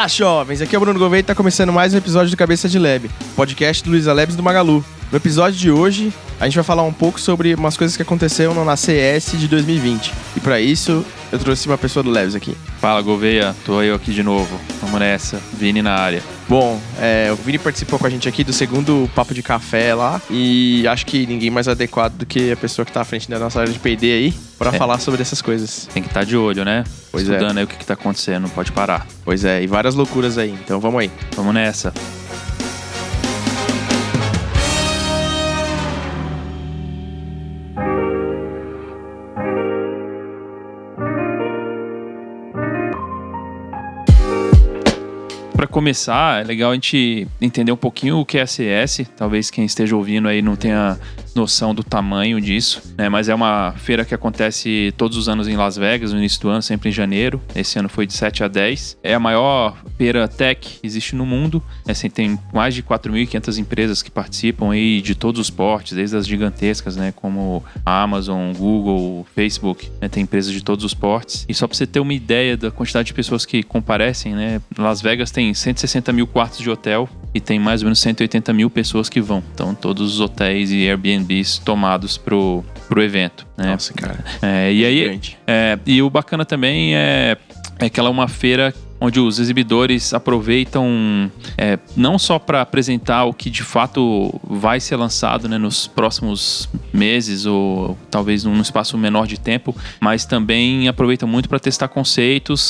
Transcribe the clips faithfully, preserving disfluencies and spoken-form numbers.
Olá, jovens! Aqui é o Bruno Gouveia e tá começando mais um episódio do Cabeça de Lab, podcast do Luiza Labs do Magalu. No episódio de hoje, a gente vai falar um pouco sobre umas coisas que aconteceram na C E S de dois mil e vinte. E pra isso, eu trouxe uma pessoa do Labs aqui. Fala, Gouveia. Tô eu aqui de novo. Vamos nessa. Vini na área. Bom, é, o Vini participou com a gente aqui do segundo Papo de Café lá. E acho que ninguém mais adequado do que a pessoa que tá à frente da nossa área de P e D aí pra É. falar sobre essas coisas. Tem que estar de olho, né? Pois é. Estudando aí o que, que tá acontecendo. Não pode parar. Pois é, e várias loucuras aí. Então vamos aí. Vamos nessa. Para começar, é legal a gente entender um pouquinho o que é a C E S. Talvez quem esteja ouvindo aí não tenha noção do tamanho disso, né? Mas é uma feira que acontece todos os anos em Las Vegas, no início do ano, sempre em janeiro. Esse ano foi de sete a dez. É a maior feira tech que existe no mundo. Assim, tem mais de quatro mil e quinhentas empresas que participam aí de todos os portes, desde as gigantescas, né? Como a Amazon, Google, Facebook, né? Tem empresas de todos os portes. E só para você ter uma ideia da quantidade de pessoas que comparecem, né? Las Vegas tem cento e sessenta mil quartos de hotel e tem mais ou menos cento e oitenta mil pessoas que vão. Então, todos os hotéis e Airbnbs tomados pro, pro evento, né? Nossa, cara. É, e aí, é, e o bacana também é, é que ela é uma feira onde os exibidores aproveitam é, não só para apresentar o que de fato vai ser lançado, né, nos próximos meses ou talvez num espaço menor de tempo, mas também aproveitam muito para testar conceitos,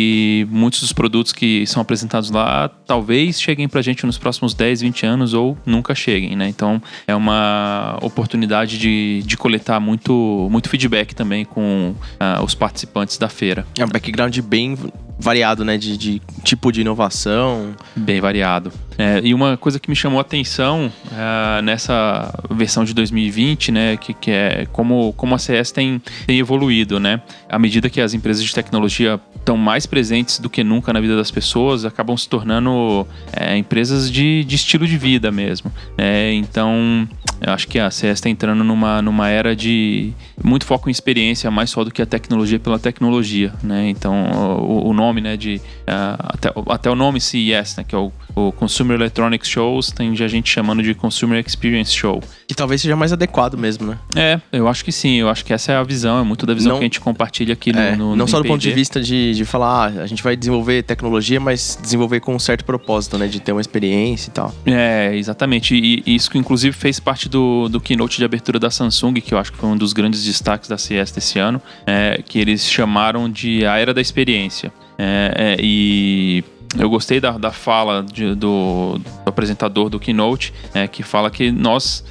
e muitos dos produtos que são apresentados lá talvez cheguem para a gente nos próximos dez, vinte anos ou nunca cheguem, né? Então é uma oportunidade de, de coletar muito, muito feedback também com uh, os participantes da feira. É um background bem variado, né? De, de tipo de inovação. Bem variado. É, e uma coisa que me chamou a atenção uh, nessa versão de dois mil e vinte, né? Que, que é como, como a C E S tem, tem evoluído, né? À medida que as empresas de tecnologia estão mais presentes do que nunca na vida das pessoas, acabam se tornando é, empresas de, de estilo de vida mesmo. Né? Então, eu acho que a C E S está entrando numa, numa era de muito foco em experiência, mais só do que a tecnologia pela tecnologia, né? Então, o, o nome, né, de uh, até, até o nome C E S, né, que é o, o Consumer Electronics Shows, tem já gente chamando de Consumer Experience Show. Que talvez seja mais adequado mesmo, né? É, eu acho que sim, eu acho que essa é a visão, é muito da visão não, que a gente compartilha aqui no, é, no Não no só M P G. do ponto de vista de, de falar, ah, a gente vai desenvolver tecnologia, mas desenvolver com um certo propósito, né? De ter uma experiência e tal. É, exatamente. E, e isso que inclusive fez parte do, do keynote de abertura da Samsung, que eu acho que foi um dos grandes destaques da C E S desse ano, é, que eles chamaram de a era da experiência. É, é, e eu gostei da, da fala de, do, do apresentador do Keynote, é, que fala que nós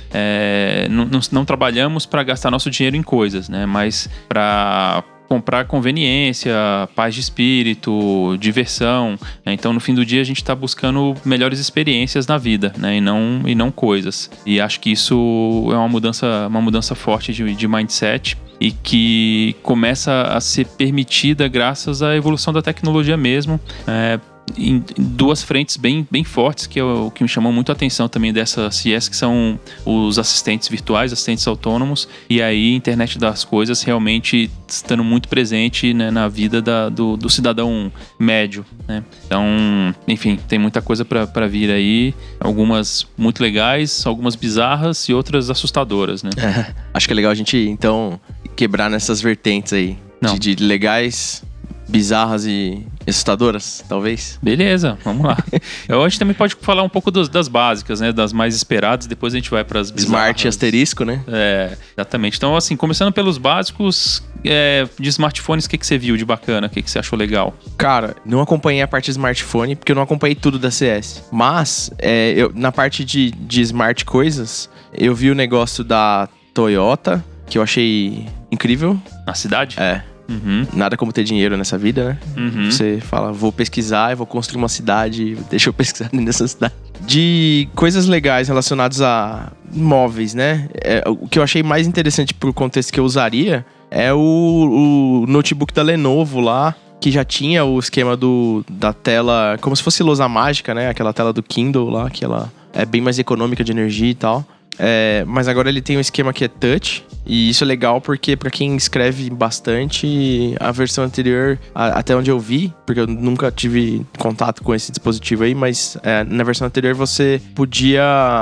é, não, não, não trabalhamos para gastar nosso dinheiro em coisas, né, mas para comprar conveniência, paz de espírito, diversão. Então, no fim do dia, a gente está buscando melhores experiências na vida, né? E não, e não coisas. E acho que isso é uma mudança, uma mudança forte de, de mindset e que começa a ser permitida graças à evolução da tecnologia mesmo. É, em duas frentes bem, bem fortes, que é o que me chamou muito a atenção também dessa C E S, que são os assistentes virtuais, assistentes autônomos, e aí a internet das coisas realmente estando muito presente, né, na vida da, do, do cidadão médio, né? Então, enfim, tem muita coisa para vir aí, algumas muito legais, algumas bizarras e outras assustadoras, né? É, acho que é legal a gente, então, quebrar nessas vertentes aí, de, de legais, bizarras e assustadoras, talvez. Beleza, vamos lá. Eu acho que também pode falar um pouco dos, das básicas, né? Das mais esperadas, depois a gente vai para as bizarras. Smart asterisco, né? É, exatamente. Então, assim, começando pelos básicos, é, de smartphones, o que, que você viu de bacana? O que, que você achou legal? Cara, não acompanhei a parte de smartphone, porque eu não acompanhei tudo da C E S. Mas, é, eu, na parte de, de smart coisas, eu vi o negócio da Toyota, que eu achei incrível. Na cidade? É. Uhum. Nada como ter dinheiro nessa vida, né? Uhum. Você fala, vou pesquisar, eu vou construir uma cidade, deixa eu pesquisar nessa cidade. De coisas legais relacionadas a móveis, né? É, o que eu achei mais interessante pro contexto que eu usaria é o, o notebook da Lenovo lá, que já tinha o esquema do, da tela, como se fosse lousa mágica, né? Aquela tela do Kindle lá, que ela é bem mais econômica de energia e tal. É, mas agora ele tem um esquema que é touch. E isso é legal porque pra quem escreve bastante, a versão anterior, a, até onde eu vi, porque eu nunca tive contato com esse dispositivo aí, mas é, na versão anterior você podia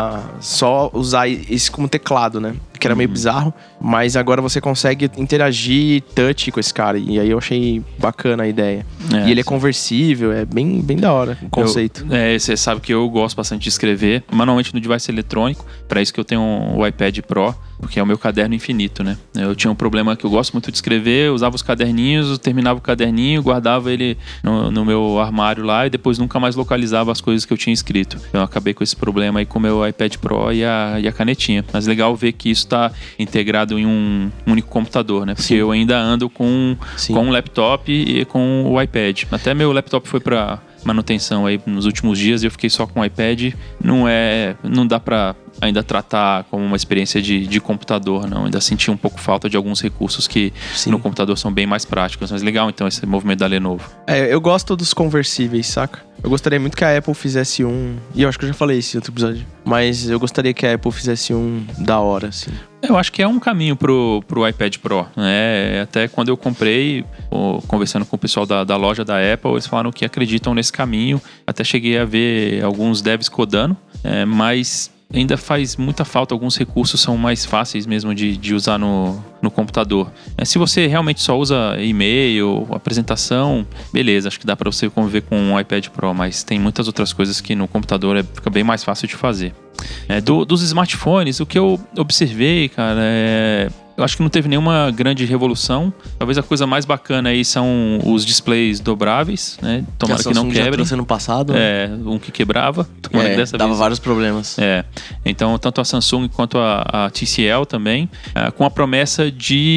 só usar isso como teclado, né? Que era meio bizarro, mas agora você consegue interagir touch com esse cara. E aí eu achei bacana a ideia. É, e ele é conversível, é bem, bem da hora o conceito. Eu, é, você sabe que eu gosto bastante de escrever, manualmente no device eletrônico. Para isso que eu tenho um, o iPad Pro, porque é o meu caderno infinito, né? Eu tinha um problema que eu gosto muito de escrever, eu usava os caderninhos, eu terminava o caderninho, guardava ele no, no meu armário lá e depois nunca mais localizava as coisas que eu tinha escrito. Então eu acabei com esse problema aí com o meu iPad Pro e a, e a canetinha. Mas legal ver que isso está integrado em um único computador, né? Porque Sim. eu ainda ando com, com um laptop e com o iPad. Até meu laptop foi para manutenção aí nos últimos dias e eu fiquei só com o iPad. Não é, não dá para ainda tratar como uma experiência de, de computador, não. Ainda senti um pouco falta de alguns recursos que Sim. no computador são bem mais práticos. Mas legal, então, esse movimento da Lenovo. É, eu gosto dos conversíveis, saca? Eu gostaria muito que a Apple fizesse um... E eu acho que eu já falei isso em outro episódio. Mas eu gostaria que a Apple fizesse um da hora, assim. Eu acho que é um caminho pro, pro iPad Pro, né? Até quando eu comprei, conversando com o pessoal da, da loja da Apple, eles falaram que acreditam nesse caminho. Até cheguei a ver alguns devs codando, é, mas... ainda faz muita falta, alguns recursos são mais fáceis mesmo de, de usar no, no computador. É, se você realmente só usa e-mail, apresentação, beleza, acho que dá para você conviver com um iPad Pro, mas tem muitas outras coisas que no computador é, fica bem mais fácil de fazer. É, do, dos smartphones, o que eu observei, cara, é... eu acho que não teve nenhuma grande revolução. Talvez a coisa mais bacana aí são os displays dobráveis, né? Tomara que, que não quebrem. Já no passado. É, um que quebrava. Tomara é, que dessa dava vez... vários problemas. É. Então, tanto a Samsung quanto a, a T C L também, é, com a promessa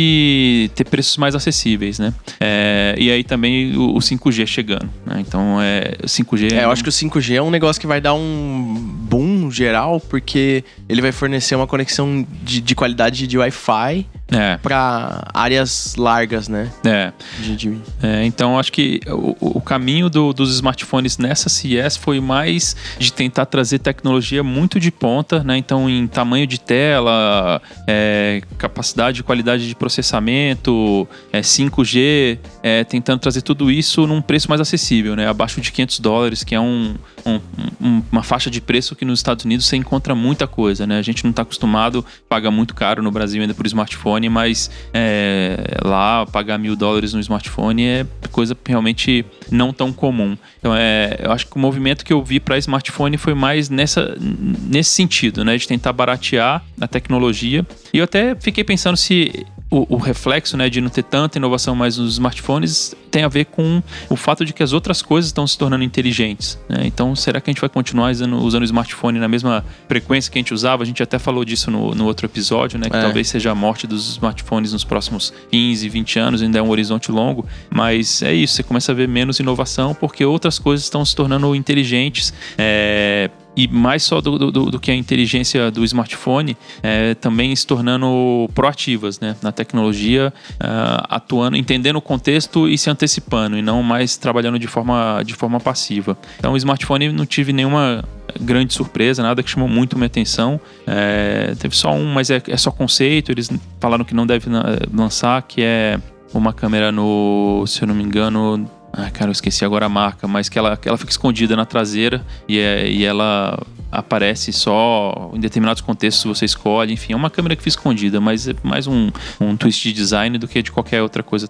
de ter preços mais acessíveis, né? É, e aí também o, o cinco G chegando, né? Então, é, o cinco G... É, eu acho que o cinco G é um negócio que vai dar um boom geral, porque ele vai fornecer uma conexão de, de qualidade de Wi-Fi é. para áreas largas, né? É. De, de... é então, acho que o, o caminho do, dos smartphones nessa C E S foi mais de tentar trazer tecnologia muito de ponta, né? Então, em tamanho de tela, é, capacidade e qualidade de processamento, é, cinco G, é, tentando trazer tudo isso num preço mais acessível, né? Abaixo de quinhentos dólares, que é um, um, um, uma faixa de preço que nos Estados Unidos você encontra muita coisa, né? A gente não está acostumado, paga muito caro no Brasil ainda por smartphone, mas é, lá pagar mil dólares no smartphone é coisa realmente não tão comum. Então, é, eu acho que o movimento que eu vi para smartphone foi mais nessa, nesse sentido, né? De tentar baratear a tecnologia. E eu até fiquei pensando se o, o reflexo, né, de não ter tanta inovação mais nos smartphones tem a ver com o fato de que as outras coisas estão se tornando inteligentes, né? Então, será que a gente vai continuar usando, usando o smartphone na mesma frequência que a gente usava? A gente até falou disso no, no outro episódio, né? Que é. talvez seja a morte dos smartphones nos próximos quinze, vinte anos, ainda é um horizonte longo, mas é isso, você começa a ver menos inovação porque outras coisas estão se tornando inteligentes, é... e mais só do, do, do que a inteligência do smartphone, é, também se tornando proativas, né, na tecnologia, uh, atuando, entendendo o contexto e se antecipando, e não mais trabalhando de forma, de forma passiva. Então o smartphone não tive nenhuma grande surpresa, nada que chamou muito minha atenção. É, teve só um, mas é, é só conceito, eles falaram que não deve lançar, que é uma câmera no, se eu não me engano... Ah, cara, eu esqueci agora a marca, mas que ela, que ela fica escondida na traseira e, é, e ela aparece só em determinados contextos, você escolhe, enfim, é uma câmera que fica escondida, mas é mais um, um twist de design do que de qualquer outra coisa.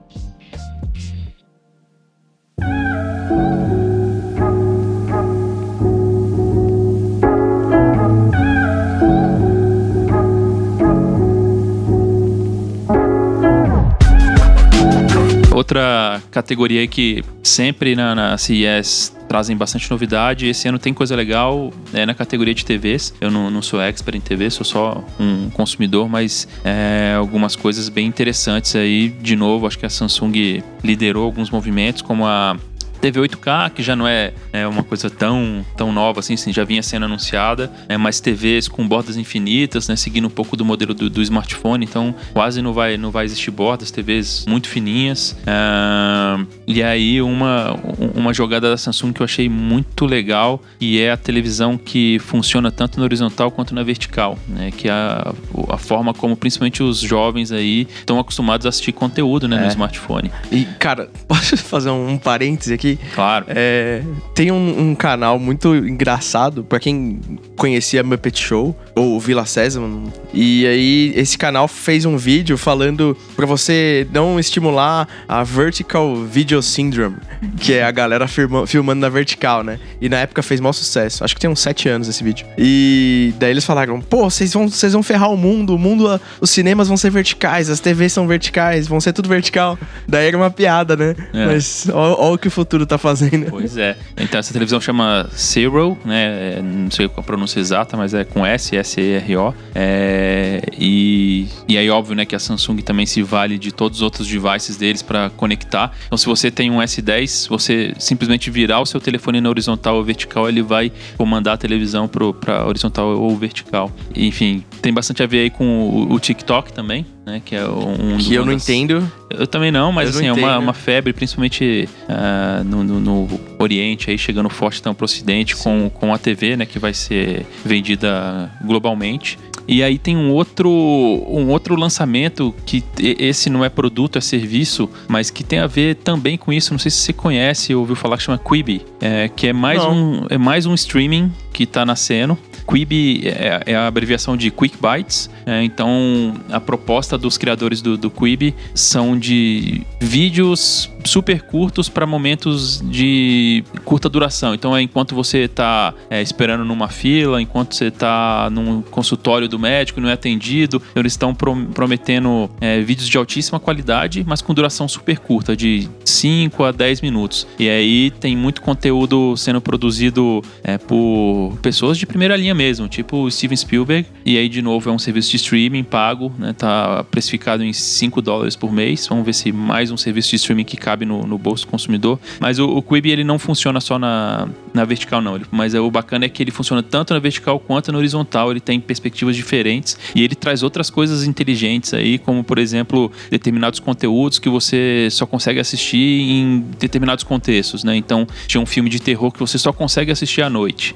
Outra categoria aí que sempre na, na C E S trazem bastante novidade, esse ano tem coisa legal, é na categoria de T Vs. Eu não, não sou expert em T V, sou só um consumidor, mas é, algumas coisas bem interessantes aí. De novo, acho que a Samsung liderou alguns movimentos, como a T V oito K, que já não é, é uma coisa tão, tão nova assim, assim, já vinha sendo anunciada, é, mas T Vs com bordas infinitas, né, seguindo um pouco do modelo do, do smartphone, então quase não vai, não vai existir bordas, T Vs muito fininhas. Uh, e aí uma, uma jogada da Samsung que eu achei muito legal, e é a televisão que funciona tanto na horizontal quanto na vertical, né, que é a, a forma como principalmente os jovens aí estão acostumados a assistir conteúdo, né, é. no smartphone. E, cara, posso fazer um parêntese aqui? Claro. É, tem um, um canal muito engraçado, pra quem conhecia Muppet Show, ou Vila Sésamo, e aí esse canal fez um vídeo falando pra você não estimular a Vertical Video Syndrome, que é a galera firma, filmando na vertical, né? E na época fez maior sucesso. Acho que tem uns sete anos esse vídeo. E daí eles falaram, pô, vocês vão, vocês vão ferrar o mundo, o mundo, os cinemas vão ser verticais, as T Vs são verticais, vão ser tudo vertical. Daí era uma piada, né? É. Mas olha o que o futuro tá fazendo. Pois é. Então essa televisão chama Zero, né? Não sei a pronúncia exata, mas é com S, S E R O. É... E... e aí, óbvio, né, que a Samsung também se vale de todos os outros devices deles para conectar. Então, se você tem um S dez, você simplesmente virar o seu telefone na horizontal ou vertical, ele vai comandar a televisão para horizontal ou vertical. E, enfim, tem bastante a ver aí com o, o TikTok também, né? Que é um que eu não das... entendo. Eu também não, mas eu assim, não é uma, uma febre, principalmente uh, no, no, no Oriente, aí chegando forte então pro Ocidente, com, com a T V, né? Que vai ser vendida globalmente. E aí tem um outro, um outro lançamento que esse não é produto, é serviço, mas que tem a ver também com isso. Não sei se você conhece ou ouviu falar, que chama Quibi, é, que é mais, um, é mais um streaming que está nascendo. Quibi é, é a abreviação de Quick Bytes, é, então a proposta dos criadores do, do Quibi são de vídeos super curtos para momentos de curta duração. Então é enquanto você está é, esperando numa fila, enquanto você está num consultório do médico e não é atendido, eles estão prometendo é, vídeos de altíssima qualidade, mas com duração super curta, de cinco a dez minutos. E aí tem muito conteúdo sendo produzido é, por pessoas de primeira linha mesmo, tipo Steven Spielberg. E aí, de novo, é um serviço de streaming pago, né? Tá precificado em cinco dólares por mês. Vamos ver se mais um serviço de streaming que cabe no, no bolso do consumidor. Mas o, o Quibi, ele não funciona só na, na vertical, não. Ele, mas é, o bacana é que ele funciona tanto na vertical quanto na horizontal. Ele tem perspectivas diferentes e ele traz outras coisas inteligentes aí, como, por exemplo, determinados conteúdos que você só consegue assistir em determinados contextos, né? Então, tinha um filme de terror que você só consegue assistir à noite.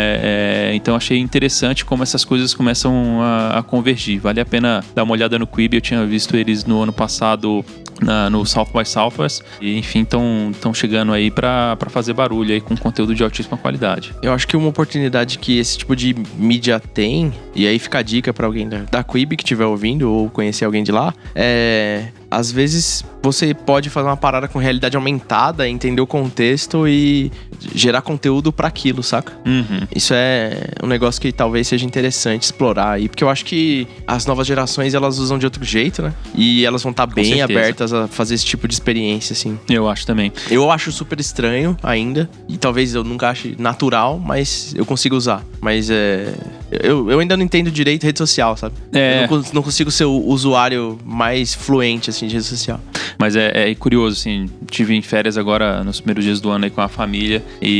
É, é, então, achei interessante como essas coisas começam a, a convergir. Vale a pena dar uma olhada no Quibi. Eu tinha visto eles no ano passado na, no South by Southwest. E, enfim, estão chegando aí para fazer barulho aí com conteúdo de altíssima qualidade. Eu acho que uma oportunidade que esse tipo de mídia tem, e aí fica a dica para alguém da, da Quibi que estiver ouvindo ou conhecer alguém de lá, é... às vezes você pode fazer uma parada com realidade aumentada, entender o contexto e gerar conteúdo para aquilo, saca? Uhum. Isso é um negócio que talvez seja interessante explorar aí, porque eu acho que as novas gerações, elas usam de outro jeito, né? E elas vão estar bem abertas a fazer esse tipo de experiência, assim. Eu acho também. Eu acho super estranho ainda, e talvez eu nunca ache natural, mas eu consigo usar. Mas é... Eu, eu ainda não entendo direito rede social, sabe? É. Eu não, não consigo ser o usuário mais fluente, assim, de rede social. Mas é, é curioso, assim, tive em férias agora nos primeiros dias do ano aí com a família,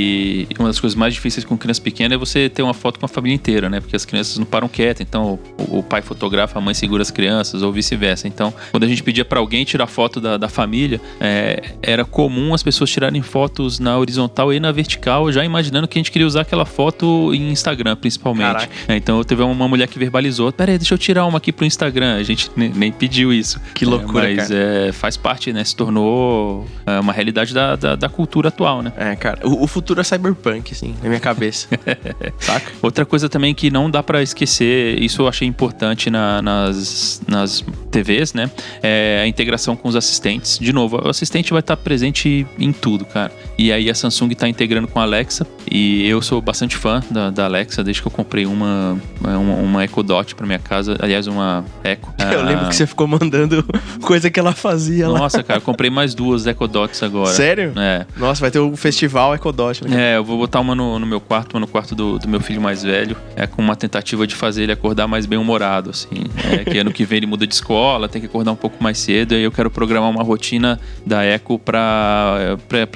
e uma das coisas mais difíceis com criança pequena é você ter uma foto com a família inteira, né? Porque as crianças não param quietas, então o, o pai fotografa, a mãe segura as crianças, ou vice-versa. Então, quando a gente pedia pra alguém tirar foto da, da família, é, era comum as pessoas tirarem fotos na horizontal e na vertical, já imaginando que a gente queria usar aquela foto em Instagram, principalmente. É, então, teve uma mulher que verbalizou, peraí, deixa eu tirar uma aqui pro Instagram. A gente nem, nem pediu isso. Que loucura, é, mas cara. É, faz parte, né? Se tornou é, uma realidade da, da, da cultura atual, né? É, cara. O, o futuro é cyberpunk, assim, na minha cabeça. Saca? Outra coisa também que não dá pra esquecer, isso eu achei importante na, nas, nas T Vs, né? É a integração com os assistentes. De novo, o assistente vai estar presente em tudo, cara. E aí a Samsung tá integrando com a Alexa. E eu sou bastante fã da, da Alexa, desde que eu comprei uma, uma, uma Echo Dot pra minha casa. Aliás, uma Echo. Eu ah, lembro que você ficou mandando coisa que ela fazia lá. Nossa, cara, eu comprei mais duas Echo Dots agora. Sério? É. Nossa, vai ter o festival Echo Dot, né? É, eu vou botar uma no, no meu quarto, uma no quarto do, do meu filho mais velho. É com uma tentativa de fazer ele acordar mais bem-humorado, assim. É, que ano que vem ele muda de escola, tem que acordar um pouco mais cedo. E aí eu quero programar uma rotina da Echo pra, pra, pra que ele desperte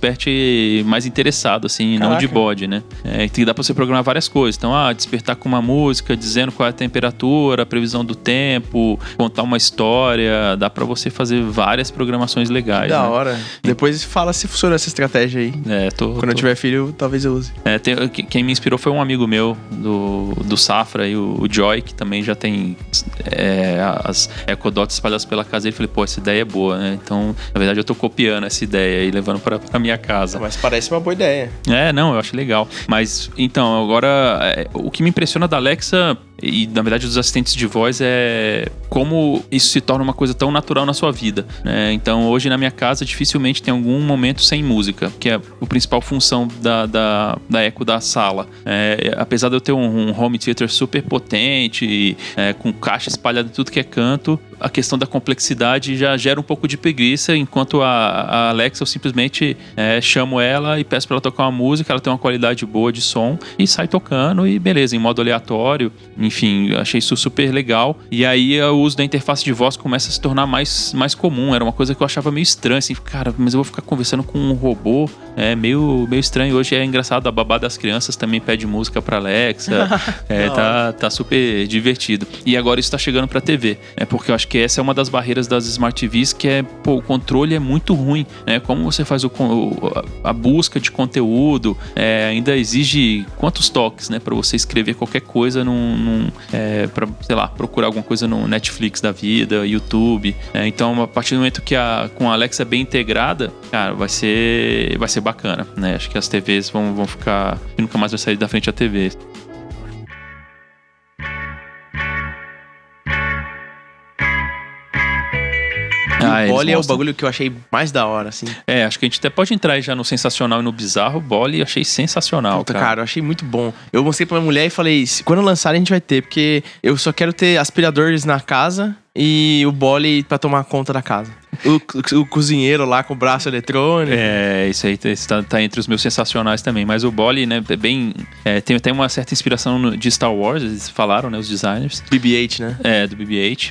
desperte mais interessado, assim, Caraca. não de bode, né? É, que dá pra você programar várias coisas. Então, ah, despertar com uma música, dizendo qual é a temperatura, a previsão do tempo, contar uma história. Dá pra você fazer várias programações legais. Da né? hora. Depois fala se funciona essa estratégia aí. É, tô, Quando tô... eu tiver filho, talvez eu use. É, tem, quem me inspirou foi um amigo meu do, do Safra, e o, o Joy, que também já tem é, as Echo Dots espalhadas pela casa. Ele falou, pô, essa ideia é boa, né? Então, na verdade, eu tô copiando essa ideia e levando pra, pra minha casa. Mas parece uma boa ideia. É, não, eu acho legal. Mas, então, agora, é, o que me impressiona da Alexa e, na verdade, dos assistentes de voz é como isso se torna uma coisa tão natural na sua vida, né? Então, hoje na minha casa, dificilmente tem algum momento sem música, que é a principal função da, da, da Echo da sala. É, apesar de eu ter um, um home theater super potente, é, com caixa espalhada em tudo que é canto, a questão da complexidade já gera um pouco de preguiça, enquanto a, a Alexa, eu simplesmente é, chamo ela e peço para ela tocar uma música, ela tem uma qualidade boa de som e sai tocando e beleza, em modo aleatório. Enfim, achei isso super legal. E aí o uso da interface de voz começa a se tornar mais, mais comum. Era uma coisa que eu achava meio estranha, assim, cara, mas eu vou ficar conversando com um robô, é meio, meio estranho. Hoje é engraçado, a babá das crianças também pede música pra Alexa, é, tá, tá super divertido. E agora isso tá chegando pra T V, é porque eu acho que essa é uma das barreiras das Smart T Vs, que é, pô, o controle é muito ruim, né? Como você faz o, a busca de conteúdo, é, ainda exige quantos toques, né? Pra você escrever qualquer coisa num, num é, pra, sei lá, procurar alguma coisa no Netflix da vida, YouTube. É, então, a partir do momento que a, com a Alexa bem integrada, cara, vai ser, vai ser bacana, né? Acho que as T Vs vão, vão ficar... nunca mais vai sair da frente a T V. Ah, o Bolly é o bagulho que eu achei mais da hora, assim. É, acho que a gente até pode entrar já no sensacional e no bizarro. O Bolly eu achei sensacional, Puta, cara. cara, eu achei muito bom. Eu mostrei pra minha mulher e falei, quando lançarem a gente vai ter, porque eu só quero ter aspiradores na casa e o Bolly pra tomar conta da casa. O, o cozinheiro lá com o braço eletrônico. É, isso aí tá, tá entre os meus sensacionais também. Mas o Bolly, né, é bem... É, tem até uma certa inspiração no, de Star Wars, eles falaram, né, os designers. B B oito, né? É, do B B oito.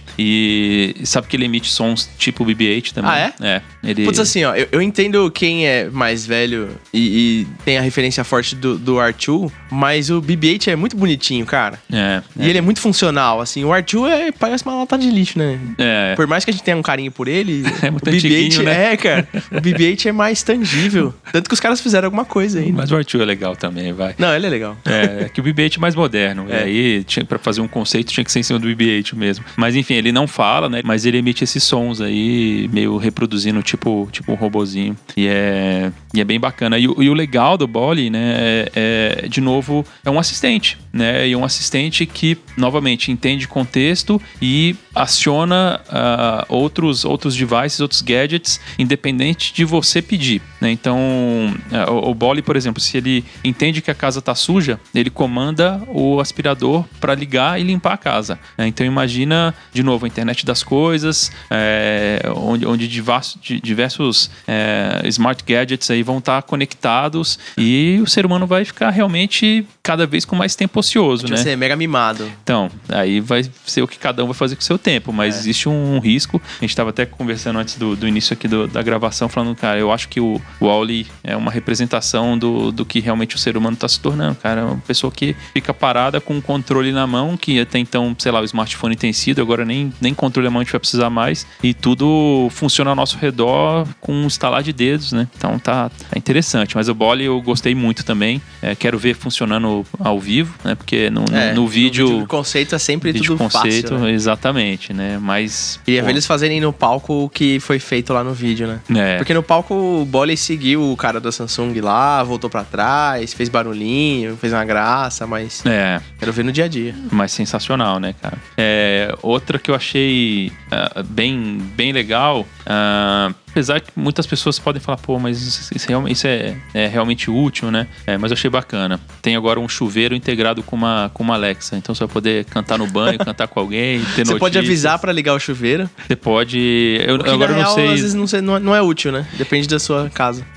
E sabe que ele emite sons tipo B B oito também? Ah, é? É. Ele... Putz, assim, ó, eu, eu entendo quem é mais velho e, e tem a referência forte do, do R dois, mas o B B oito é muito bonitinho, cara. É. E é. ele é muito funcional, assim. O R dois é, parece uma lata de lixo, né? É. Por mais que a gente tenha um carinho por ele, É muito o B B oito antiguinho, né? é, cara. O B B oito é mais tangível. Tanto que os caras fizeram alguma coisa aí, né? Mas o R dois é legal também, vai. Não, ele é legal. É, é que o B B oito é mais moderno. É. E aí, tinha, pra fazer um conceito, tinha que ser em cima do B B oito mesmo. Mas enfim, ele não fala, né? Mas ele emite esses sons aí, meio reproduzindo, tipo, tipo um robozinho. E é, e é bem bacana. E, o- e o legal do Bolly, né? É, é, de novo, é um assistente, né? E um assistente que, novamente, entende contexto e aciona ah, outros, outros devices, outros gadgets, independente de você pedir, né? Então, ah, o, o Bolly, por exemplo, se ele entende que a casa tá suja, ele comanda o aspirador para ligar e limpar a casa, né? Então, imagina, de novo, a internet das coisas, é, onde, onde diversos, di- diversos é, smart gadgets aí vão estar conectados e o ser humano vai ficar realmente cada vez com mais tempo ocioso, né? Você é mega mimado. Então, aí vai ser o que cada um vai fazer com o seu tempo, mas É. existe um risco. A gente estava até conversando antes do, do início aqui do- da gravação, falando, cara, eu acho que o Wall-E é uma representação do, do que realmente o ser humano está se tornando, cara. É uma pessoa que fica parada com o controle na mão, que até então, sei lá, o smartphone tem sido, agora nem, nem controle na mão a gente vai precisar mais, e tudo funciona ao nosso redor com um estalar de dedos, né? Então tá, tá interessante. Mas o Bolly eu gostei muito também. É, quero ver funcionando ao vivo, né? Porque no, no, É, no vídeo... O conceito é sempre Vídeo tudo conceito, fácil, né? exatamente, né? Mas. Queria pô, ver eles fazerem no palco o que foi feito lá no vídeo, né? É, Porque no palco o Bolly seguiu o cara da Samsung lá, voltou pra trás, fez barulhinho, fez uma graça, mas é, quero ver no dia a dia. mas sensacional, né, cara? É, outra que eu achei ah, bem, bem legal, ah, apesar que muitas pessoas podem falar, pô, mas isso, isso, realmente- isso é, é realmente útil, né? É, mas eu achei bacana. Tem agora um chuveiro integrado com uma, com uma Alexa, então você vai poder cantar no banho, cantar com alguém, ter Você pode notícias. avisar pra ligar o chuveiro. Você pode. Eu, O que agora na eu não real, sei. às vezes não, sei- não é- não é útil, né? Depende da sua casa.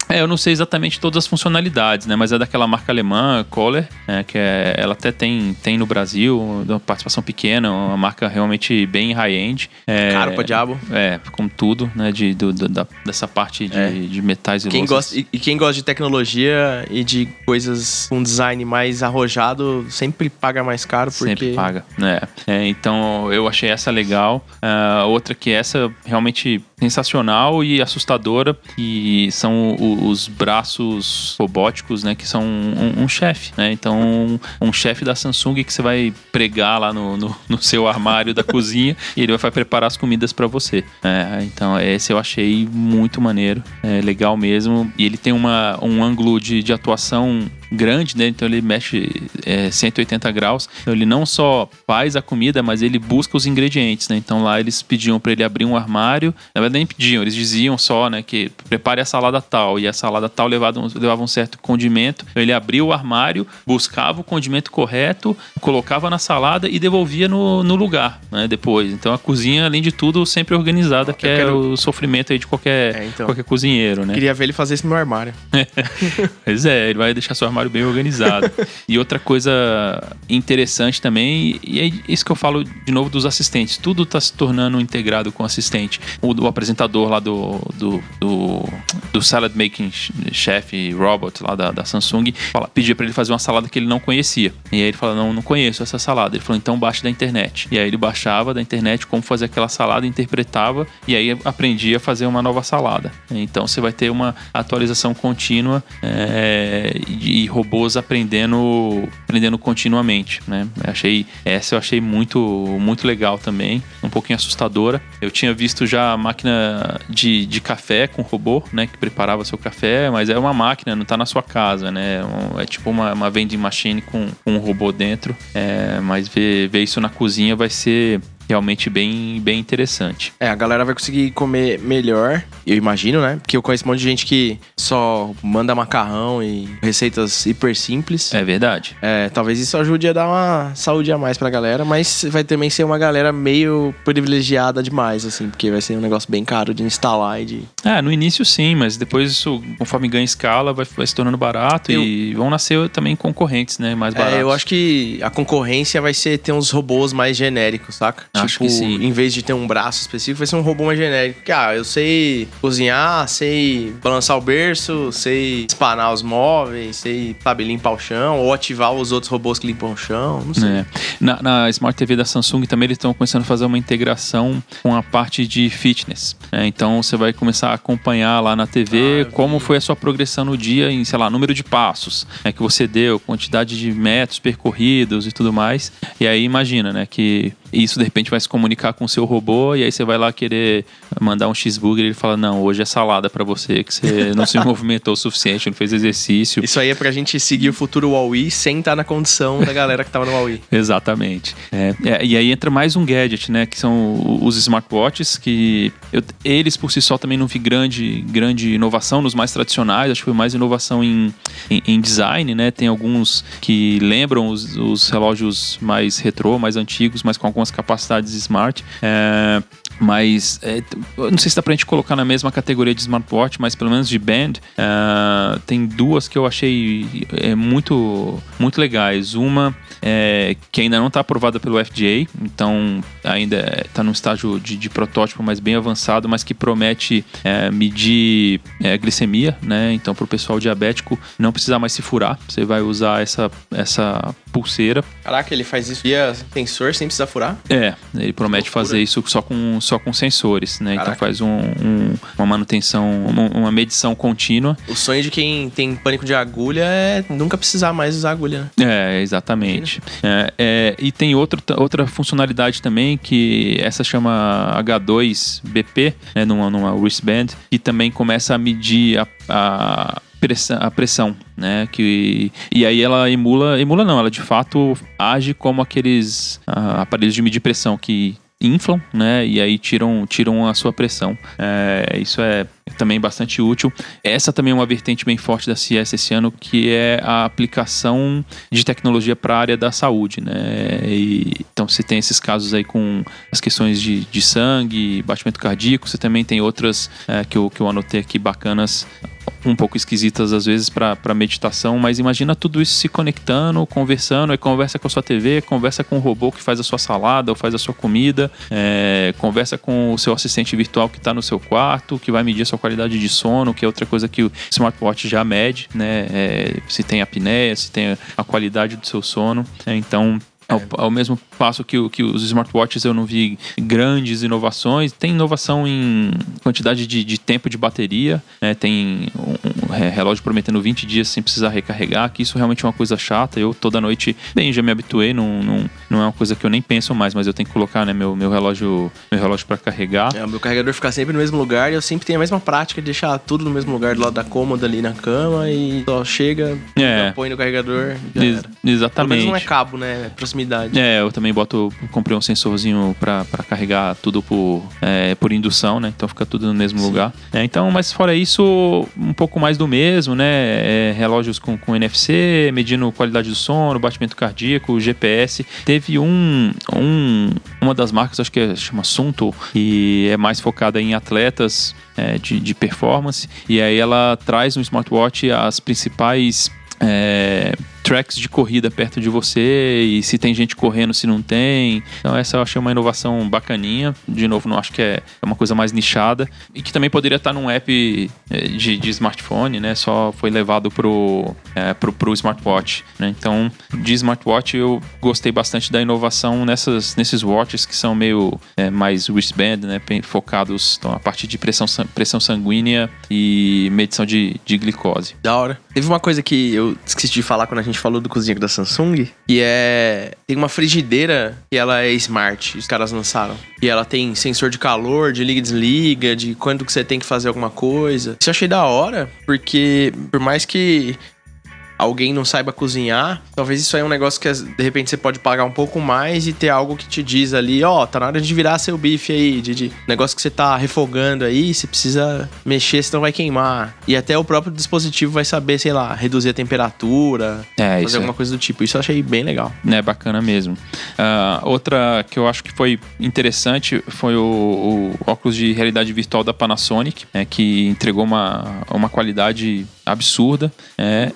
É, eu não sei exatamente todas as funcionalidades, né? Mas é daquela marca alemã, Kohler, né? Que é, ela até tem, tem no Brasil, uma participação pequena, uma marca realmente bem high-end. É, Caro pra diabo. É, como tudo, né? De, do, do, da, dessa parte de, é. de metais e quem louças. gosta, e, e quem gosta de tecnologia e de coisas com design mais arrojado, sempre paga mais caro. Porque... Sempre paga, né? É, então, eu achei essa legal. Uh, outra que essa realmente sensacional e assustadora, que são os braços robóticos, né, que são um, um chefe, né, então um, um chefe da Samsung que você vai pregar lá no, no, no seu armário da cozinha e ele vai preparar as comidas para você. É, então esse eu achei muito maneiro, é legal mesmo, e ele tem uma, um ângulo de, de atuação grande, né? Então ele mexe é, cento e oitenta graus. Então ele não só faz a comida, mas ele busca os ingredientes, né? Então lá eles pediam para ele abrir um armário. Na verdade nem pediam, eles diziam só, né? Que prepare a salada tal. E a salada tal levava um, levava um certo condimento. Então ele abria o armário, buscava o condimento correto, colocava na salada e devolvia no, no lugar, né? Depois. Então a cozinha, além de tudo, sempre organizada, que quero... é o sofrimento aí de qualquer, é, então. qualquer cozinheiro, né? Queria ver ele fazer isso no meu armário. Pois é, ele vai deixar seu armário bem organizado. E outra coisa interessante também, e é isso que eu falo de novo dos assistentes, tudo está se tornando integrado com o assistente. O, o apresentador lá do do, do, do Salad Making Chef Robot lá da, da Samsung fala, pedia para ele fazer uma salada que ele não conhecia. E aí ele fala, não, não conheço essa salada. Ele falou, então baixe da internet. E aí ele baixava da internet como fazer aquela salada, interpretava e aí aprendia a fazer uma nova salada. Então você vai ter uma atualização contínua é, e robôs aprendendo, aprendendo continuamente, né? Eu achei, essa eu achei muito, muito legal também, um pouquinho assustadora. Eu tinha visto já a máquina de, de café com robô, né? Que preparava seu café, mas é uma máquina, não tá na sua casa, né? É tipo uma, uma vending machine com, com um robô dentro, é, mas ver, ver isso na cozinha vai ser realmente bem, bem interessante. É, a galera vai conseguir comer melhor, eu imagino, né? Porque eu conheço um monte de gente que só manda macarrão e receitas hiper simples. É verdade. É, talvez isso ajude a dar uma saúde a mais pra galera, mas vai também ser uma galera meio privilegiada demais, assim, porque vai ser um negócio bem caro de instalar e de... É, no início sim, mas depois isso, conforme ganha escala, vai, vai se tornando barato eu... e vão nascer também concorrentes, né? Mais baratos. É, eu acho que a concorrência vai ser ter uns robôs mais genéricos, saca? Acho tipo, que sim. Em vez de ter um braço específico, vai ser um robô mais genérico. Porque, ah, eu sei cozinhar, sei balançar o berço, sei espanar os móveis, sei, sabe, limpar o chão, ou ativar os outros robôs que limpam o chão, não sei. É. Na, na Smart T V da Samsung também eles estão começando a fazer uma integração com a parte de fitness. Né? Então você vai começar a acompanhar lá na T V ah, como foi a sua progressão no dia em, sei lá, número de passos, né, que você deu, quantidade de metros percorridos e tudo mais. E aí imagina, né, que isso de repente vai se comunicar com o seu robô e aí você vai lá querer mandar um cheeseburger e ele fala, não, hoje é salada pra você, que você não se movimentou o suficiente, não fez exercício. Isso aí é pra gente seguir o futuro Huawei sem estar na condição da galera que tava no Huawei. Exatamente. É, é, e aí entra mais um gadget, né, que são os smartwatches, que eu, eles por si só também não vi grande, grande inovação nos mais tradicionais, acho que foi mais inovação em, em, em design, né, tem alguns que lembram os, os relógios mais retrô, mais antigos, mas com algumas capacidades smart, é, mas é, não sei se dá pra gente colocar na mesma categoria de smartwatch, mas pelo menos de band, é, tem duas que eu achei é, muito, muito legais. Uma é, que ainda não está aprovada pelo F D A, então ainda está num estágio de, de protótipo, mas bem avançado, mas que promete é, medir é, glicemia, né? Então para o pessoal diabético não precisar mais se furar, você vai usar essa, essa pulseira. Caraca, ele faz isso via sensor sem precisar furar? É, ele promete fazer isso só com, só com sensores, né? Caraca. Então faz um, um, uma manutenção, uma, uma medição contínua. O sonho de quem tem pânico de agulha é nunca precisar mais usar agulha, né? É, exatamente. É, é, e tem outro, outra funcionalidade também, que essa chama H dois B P, né, numa, numa wristband, que também começa a medir a, a Pressão, a pressão, né, que, e aí ela emula, emula não, ela de fato age como aqueles uh, aparelhos de medir pressão que inflam, né, e aí tiram, tiram a sua pressão. É, isso é também bastante útil. Essa também é uma vertente bem forte da C E S esse ano, que é a aplicação de tecnologia para a área da saúde, né? E, então você tem esses casos aí com as questões de, de sangue, batimento cardíaco, você também tem outras é, que, eu, que eu anotei aqui bacanas, um pouco esquisitas às vezes para meditação, mas imagina tudo isso se conectando, conversando, aí conversa com a sua T V, conversa com o robô que faz a sua salada ou faz a sua comida, é, conversa com o seu assistente virtual que está no seu quarto, que vai medir a sua qualidade de sono, que é outra coisa que o smartwatch já mede, né? É, se tem apneia, se tem a qualidade do seu sono. É, então, Ao, ao mesmo passo que, que os smartwatches eu não vi grandes inovações, tem inovação em quantidade de, de tempo de bateria, né? Tem um, um relógio prometendo vinte dias sem precisar recarregar, que isso realmente é uma coisa chata. Eu toda noite, bem, já me habituei, não, não, não é uma coisa que eu nem penso mais, mas eu tenho que colocar, né, meu, meu relógio meu relógio para carregar. É, o meu carregador fica sempre no mesmo lugar e eu sempre tenho a mesma prática de deixar tudo no mesmo lugar do lado da cômoda ali na cama e só chega, é. põe no carregador e já Ex- era. Exatamente. Pelo menos não é cabo, né? É proximidade. É, eu também boto, comprei um sensorzinho pra, pra carregar tudo por, é, por indução, né? Então fica tudo no mesmo Sim. lugar. É, então, mas fora isso, um pouco mais do mesmo, né? É, relógios com, com N F C, medindo qualidade do sono, batimento cardíaco, G P S. Teve um, um uma das marcas, acho que é, chama Sunto, e é mais focada em atletas é, de, de performance. E aí ela traz no smartwatch as principais É, tracks de corrida perto de você e se tem gente correndo, se não tem. Então essa eu achei uma inovação bacaninha. De novo, não acho que é uma coisa mais nichada e que também poderia estar num app de, de smartphone, né? Só foi levado pro, é, pro, pro smartwatch, né? Então, de smartwatch eu gostei bastante da inovação nessas, nesses watches que são meio é, mais wristband, né? Focados então, a partir de pressão, pressão sanguínea e medição de, de glicose. Da hora. Teve uma coisa que eu esqueci de falar quando a gente falou do cozinheiro da Samsung, que é... Tem uma frigideira que ela é smart, os caras lançaram. E ela tem sensor de calor, de liga e desliga, de quando que você tem que fazer alguma coisa. Isso eu achei da hora, porque por mais que alguém não saiba cozinhar, talvez isso aí é um negócio que de repente você pode pagar um pouco mais e ter algo que te diz ali, ó, oh, tá na hora de virar seu bife aí, de, de negócio que você tá refogando aí, você precisa mexer, senão vai queimar. E até o próprio dispositivo vai saber, sei lá, reduzir a temperatura, é, fazer alguma é. coisa do tipo. Isso eu achei bem legal. É, bacana mesmo. Uh, outra que eu acho que foi interessante foi o, o óculos de realidade virtual da Panasonic, né, que entregou uma, uma qualidade absurda, é,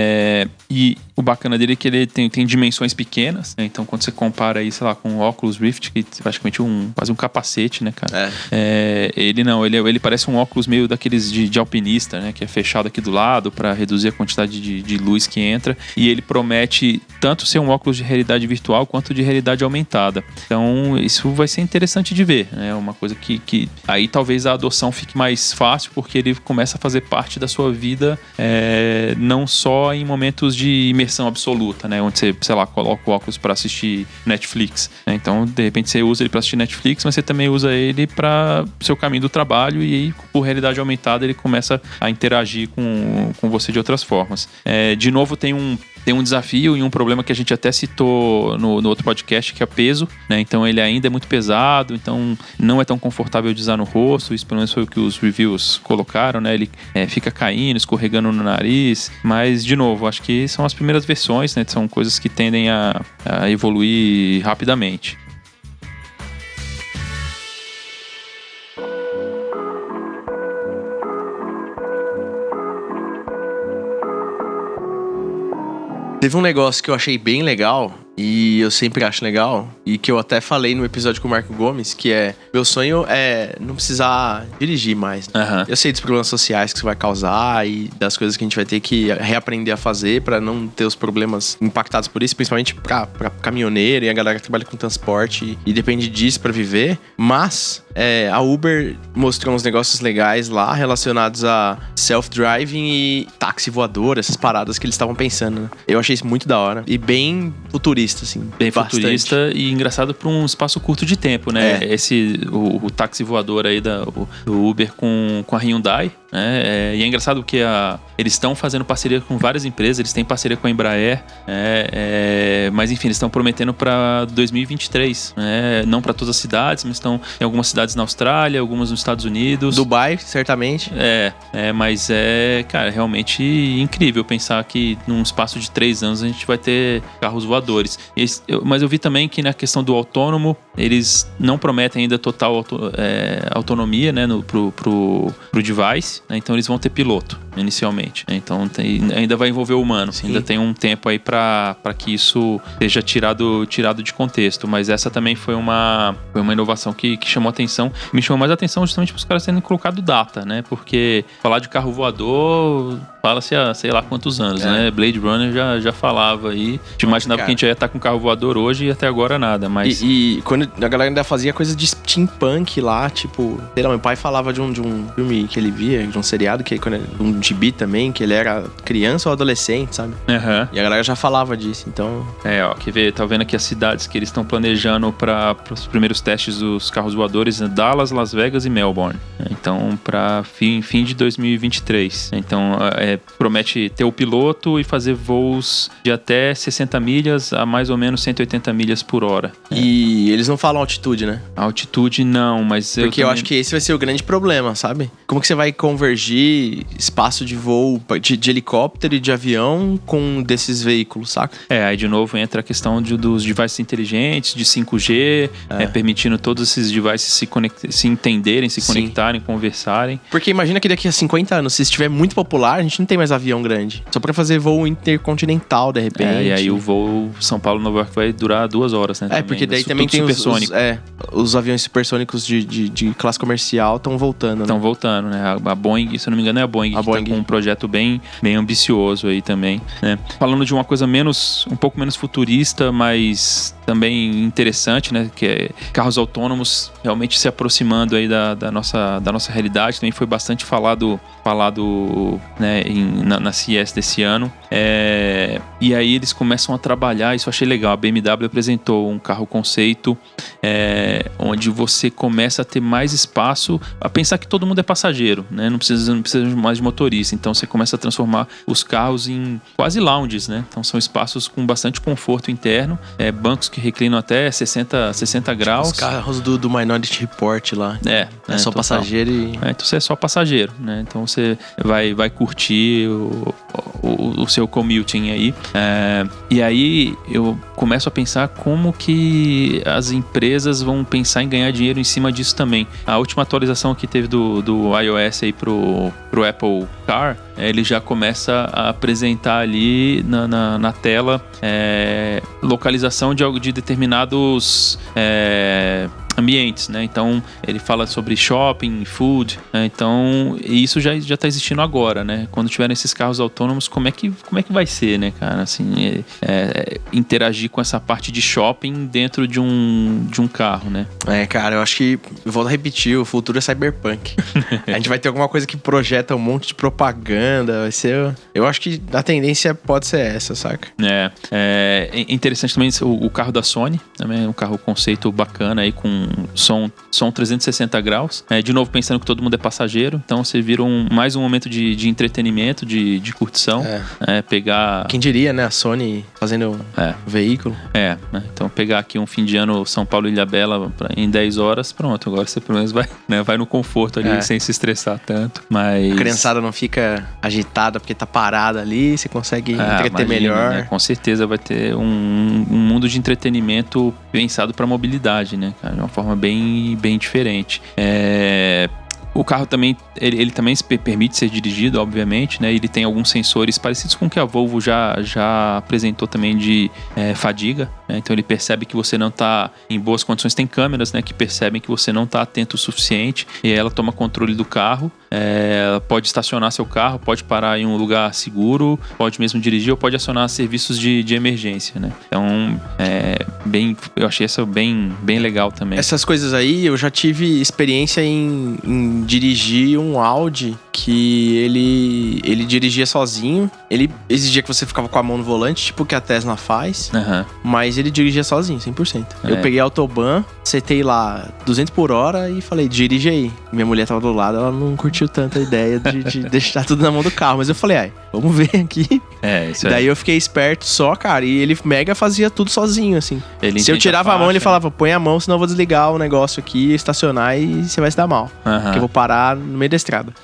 é, e o bacana dele é que ele tem, tem dimensões pequenas, né? Então quando você compara aí, sei lá, com o Oculus Rift, que é praticamente um, quase um capacete, né, cara? É. É, ele não, ele, ele parece um óculos meio daqueles de, de alpinista, né, que é fechado aqui do lado para reduzir a quantidade de, de luz que entra, e ele promete tanto ser um óculos de realidade virtual quanto de realidade aumentada. Então isso vai ser interessante de ver, né? Uma coisa que, que aí talvez a adoção fique mais fácil, porque ele começa a fazer parte da sua vida, é, não só em momentos de imersão absoluta, né? Onde você, sei lá, coloca o óculos para assistir Netflix, né? Então, de repente, você usa ele para assistir Netflix, mas você também usa ele para o seu caminho do trabalho, e aí, por realidade aumentada, ele começa a interagir com, com você de outras formas. É, de novo, tem um Tem um desafio e um problema que a gente até citou no, no outro podcast, que é peso, né? Então ele ainda é muito pesado, então não é tão confortável de usar no rosto. Isso pelo menos foi o que os reviews colocaram, né? Ele é, fica caindo, escorregando no nariz. Mas, de novo, acho que são as primeiras versões, né? São coisas que tendem a, a evoluir rapidamente. Teve um negócio que eu achei bem legal, e eu sempre acho legal, e que eu até falei no episódio com o Marco Gomes, que é, meu sonho é não precisar dirigir mais. Uhum. Eu sei dos problemas sociais que isso vai causar e das coisas que a gente vai ter que reaprender a fazer pra não ter os problemas impactados por isso, principalmente pra, pra caminhoneiro e a galera que trabalha com transporte e, e depende disso pra viver. Mas é, a Uber mostrou uns negócios legais lá relacionados a self-driving e táxi voador, essas paradas que eles estavam pensando, né? Eu achei isso muito da hora e bem futurista. Assim, bem bastante. futurista e engraçado para um espaço curto de tempo, né? É. Esse, o, o táxi voador aí da, o, do Uber com, com a Hyundai, né? É, e é engraçado que a, eles estão fazendo parceria com várias empresas, eles têm parceria com a Embraer, é, é, mas enfim, eles estão prometendo para dois mil e vinte e três, né? Não para todas as cidades, mas estão em algumas cidades na Austrália, algumas nos Estados Unidos. Dubai, certamente. É, é, mas é, cara, realmente incrível pensar que num espaço de três anos a gente vai ter carros voadores. Esse, eu, mas eu vi também que na questão do autônomo, eles não prometem ainda total auto, é, autonomia, né, no, pro, pro, pro device, né? Então eles vão ter piloto inicialmente, né? Então tem, ainda vai envolver o humano. Sim. Ainda tem um tempo aí para que isso seja tirado, tirado de contexto, mas essa também foi uma, foi uma inovação que, que chamou atenção, me chamou mais atenção justamente para os caras terem colocado data, né? Porque falar de carro voador fala-se há sei lá quantos anos, é. né? Blade Runner já, já falava aí. A gente imaginava Cara. que a gente ia estar com carro voador hoje e até agora nada, mas... E, e quando a galera ainda fazia coisa de steampunk lá, tipo... Sei lá, meu pai falava de um, de um filme que ele via, de um seriado, que quando, um gibi também, que ele era criança ou adolescente, sabe? Uhum. E a galera já falava disso, então... É, ó, quer ver? Tá vendo aqui as cidades que eles estão planejando para os primeiros testes dos carros voadores, né? Dallas, Las Vegas e Melbourne. Então, para fim, fim de dois mil e vinte e três. Então, é, promete ter o piloto e fazer voos de até sessenta milhas a mais ou menos cento e oitenta milhas por hora. E é. eles não falam altitude, né? A altitude não, mas... Porque eu, também... eu acho que esse vai ser o grande problema, sabe? Como que você vai convergir espaço de voo de, de helicóptero e de avião com desses veículos, saca? É, aí de novo entra a questão de, dos devices inteligentes, de cinco G, é. É, permitindo todos esses devices se, conect... se entenderem, se Sim. conectarem, conversarem. Porque imagina que daqui a cinquenta anos, se estiver muito popular, a gente não tem mais avião grande. Só pra fazer voo intercontinental, de repente. É, e aí o voo São Paulo-Nova York vai durar duas horas, né? É, também. Porque daí também tem os, os, é, os aviões supersônicos de, de, de classe comercial estão voltando, né? Estão voltando, né? A, a Boeing, se eu não me engano, é a Boeing a que Boeing. tá com um projeto bem, bem ambicioso aí também, né? Falando de uma coisa menos, um pouco menos futurista, mas também interessante, né? Que é carros autônomos realmente se aproximando aí da, da, nossa, da nossa realidade. Também foi bastante falado, falado né, em, na, na C E S desse ano. É, e aí eles começam a trabalhar, isso eu achei legal. A B M W apresentou um carro conceito é, onde você começa a ter mais espaço, a pensar que todo mundo é passageiro, né? Não precisa, não precisa mais de motorista. Então você começa a transformar os carros em quase lounges, né? Então são espaços com bastante conforto interno, é, bancos que reclinam até sessenta, sessenta graus. Os carros do, do Minority Report lá. É. É, é só total. passageiro e... É, então você é só passageiro, né? Então você vai, vai curtir o, o, o seu commuting aí. É, e aí eu começo a pensar como que as empresas vão pensar em ganhar dinheiro em cima disso também. A última atualização que teve do, do iOS aí pro, pro Apple Car, é, ele já começa a apresentar ali na, na, na tela é, localização de, de determinados... É, ambientes, né? Então ele fala sobre shopping, food, né? Então isso já já está existindo agora, né? Quando tiverem esses carros autônomos, como é que como é que vai ser, né, cara? Assim, é, é, interagir com essa parte de shopping dentro de um de um carro, né? É, cara, eu acho que eu vou repetir, o futuro é cyberpunk. A gente vai ter alguma coisa que projeta um monte de propaganda, vai ser. Eu acho que a tendência pode ser essa, saca? É, é interessante também o, o carro da Sony, também um carro conceito bacana aí com som, som trezentos e sessenta graus. É, de novo, pensando que todo mundo é passageiro. Então, você vira um, mais um momento de, de entretenimento, de, de curtição. É. É, pegar... Quem diria, né? A Sony fazendo é. o veículo. É, né? Então pegar aqui um fim de ano São Paulo e Ilhabela em dez horas, pronto. Agora você pelo menos vai, né? vai no conforto ali, é. sem se estressar tanto. Mas... A criançada não fica agitada porque tá parada ali. Você consegue ah, entreter imagina, melhor. Né? Com certeza vai ter um, um mundo de entretenimento pensado para mobilidade, né, cara? De uma forma bem, bem diferente. É... O carro também, ele, ele também se permite ser dirigido, obviamente, né? Ele tem alguns sensores parecidos com o que a Volvo já, já apresentou também de é, fadiga, né? Então ele percebe que você não está em boas condições. Tem câmeras, né, que percebem que você não está atento o suficiente e ela toma controle do carro. É, ela pode estacionar seu carro, pode parar em um lugar seguro, pode mesmo dirigir ou pode acionar serviços de, de emergência, né? Então, é, bem, eu achei essa bem, bem legal também. Essas coisas aí, eu já tive experiência em, em dirigir um Audi que ele, ele dirigia sozinho. Ele exigia que você ficava com a mão no volante, tipo o que a Tesla faz, uhum. mas ele dirigia sozinho, cem por cento. É. Eu peguei a Autobahn, setei lá duzentos por hora e falei, dirige aí. Minha mulher tava do lado, ela não curtiu tanto a ideia de, de deixar tudo na mão do carro, mas eu falei, ai, vamos ver aqui. É, isso Daí é. eu fiquei esperto só, cara, e ele mega fazia tudo sozinho, assim. Ele se eu tirava a, a mão, ele falava, põe a mão, senão eu vou desligar o negócio aqui, estacionar e você vai se dar mal. Uhum. Porque eu vou parar no meio da estrada. É,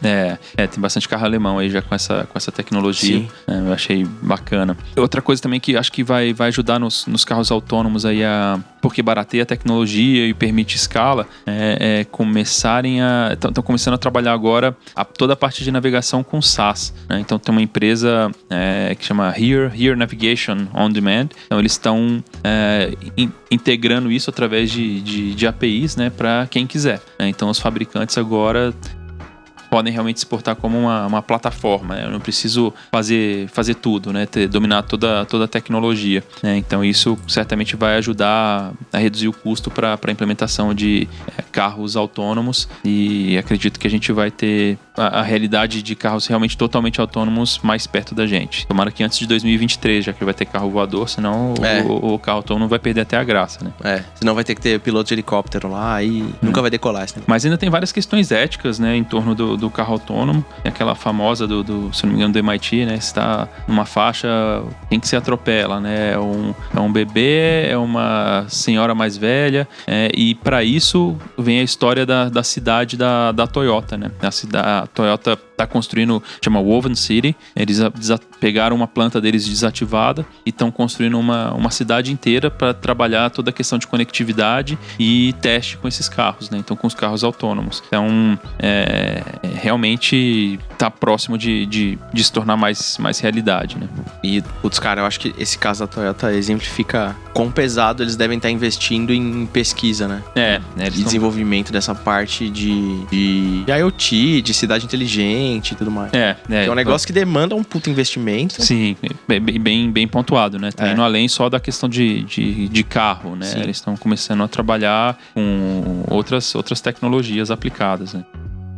É, tem bastante carro alemão aí já com essa, com essa tecnologia. É, eu achei bacana. Outra coisa também que acho que vai, vai ajudar nos, nos carros autônomos aí a... Porque barateia a tecnologia e permite escala, é, é começarem a... Estão começando a trabalhar agora a, toda a parte de navegação com SaaS. Né? Então tem uma empresa é, que chama Here, Here Navigation On Demand. Então eles estão é, in, integrando isso através de, de, de A P Is, né, para quem quiser. Né? Então os fabricantes agora podem realmente se portar como uma, uma plataforma, né? Eu não preciso fazer, fazer tudo, né? Ter, dominar toda, toda a tecnologia, né? Então isso certamente vai ajudar a reduzir o custo para a implementação de é, carros autônomos, e acredito que a gente vai ter a, a realidade de carros realmente totalmente autônomos mais perto da gente. Tomara que antes de dois mil e vinte e três, já que vai ter carro voador, senão é. o, o carro autônomo vai perder até a graça, né? É, senão vai ter que ter piloto de helicóptero lá e hum. nunca vai decolar. Né? Mas ainda tem várias questões éticas, né, em torno do, do carro autônomo. É aquela famosa do, do, se não me engano, do M I T, né? Se está numa faixa, quem que se atropela, né? É um, é um bebê, é uma senhora mais velha, é, e para isso vem a história da, da cidade da, da Toyota, né? A, cidade, a Toyota está construindo, chama Woven City. Eles pegaram uma planta deles desativada e estão construindo uma, uma cidade inteira para trabalhar toda a questão de conectividade e teste com esses carros, né? Então, com os carros autônomos. Então, é, realmente está próximo de, de, de se tornar mais, mais realidade, né? E, putz, cara, eu acho que esse caso da Toyota exemplifica quão pesado eles devem estar investindo em pesquisa, né? É. né e desenvolvimento tão... dessa parte de, de, de IoT, de cidade inteligente e tudo mais. É, é. É um negócio que demanda um puto investimento. Sim, bem, bem, bem pontuado, né? Tá é. indo além só da questão de, de, de carro, né? Sim. Eles estão começando a trabalhar com outras, outras tecnologias aplicadas, né?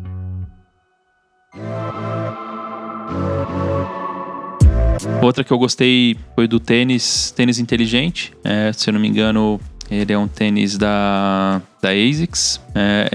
Outra que eu gostei foi do tênis, tênis inteligente. É, se eu não me engano, ele é um tênis da, da ASICS. É,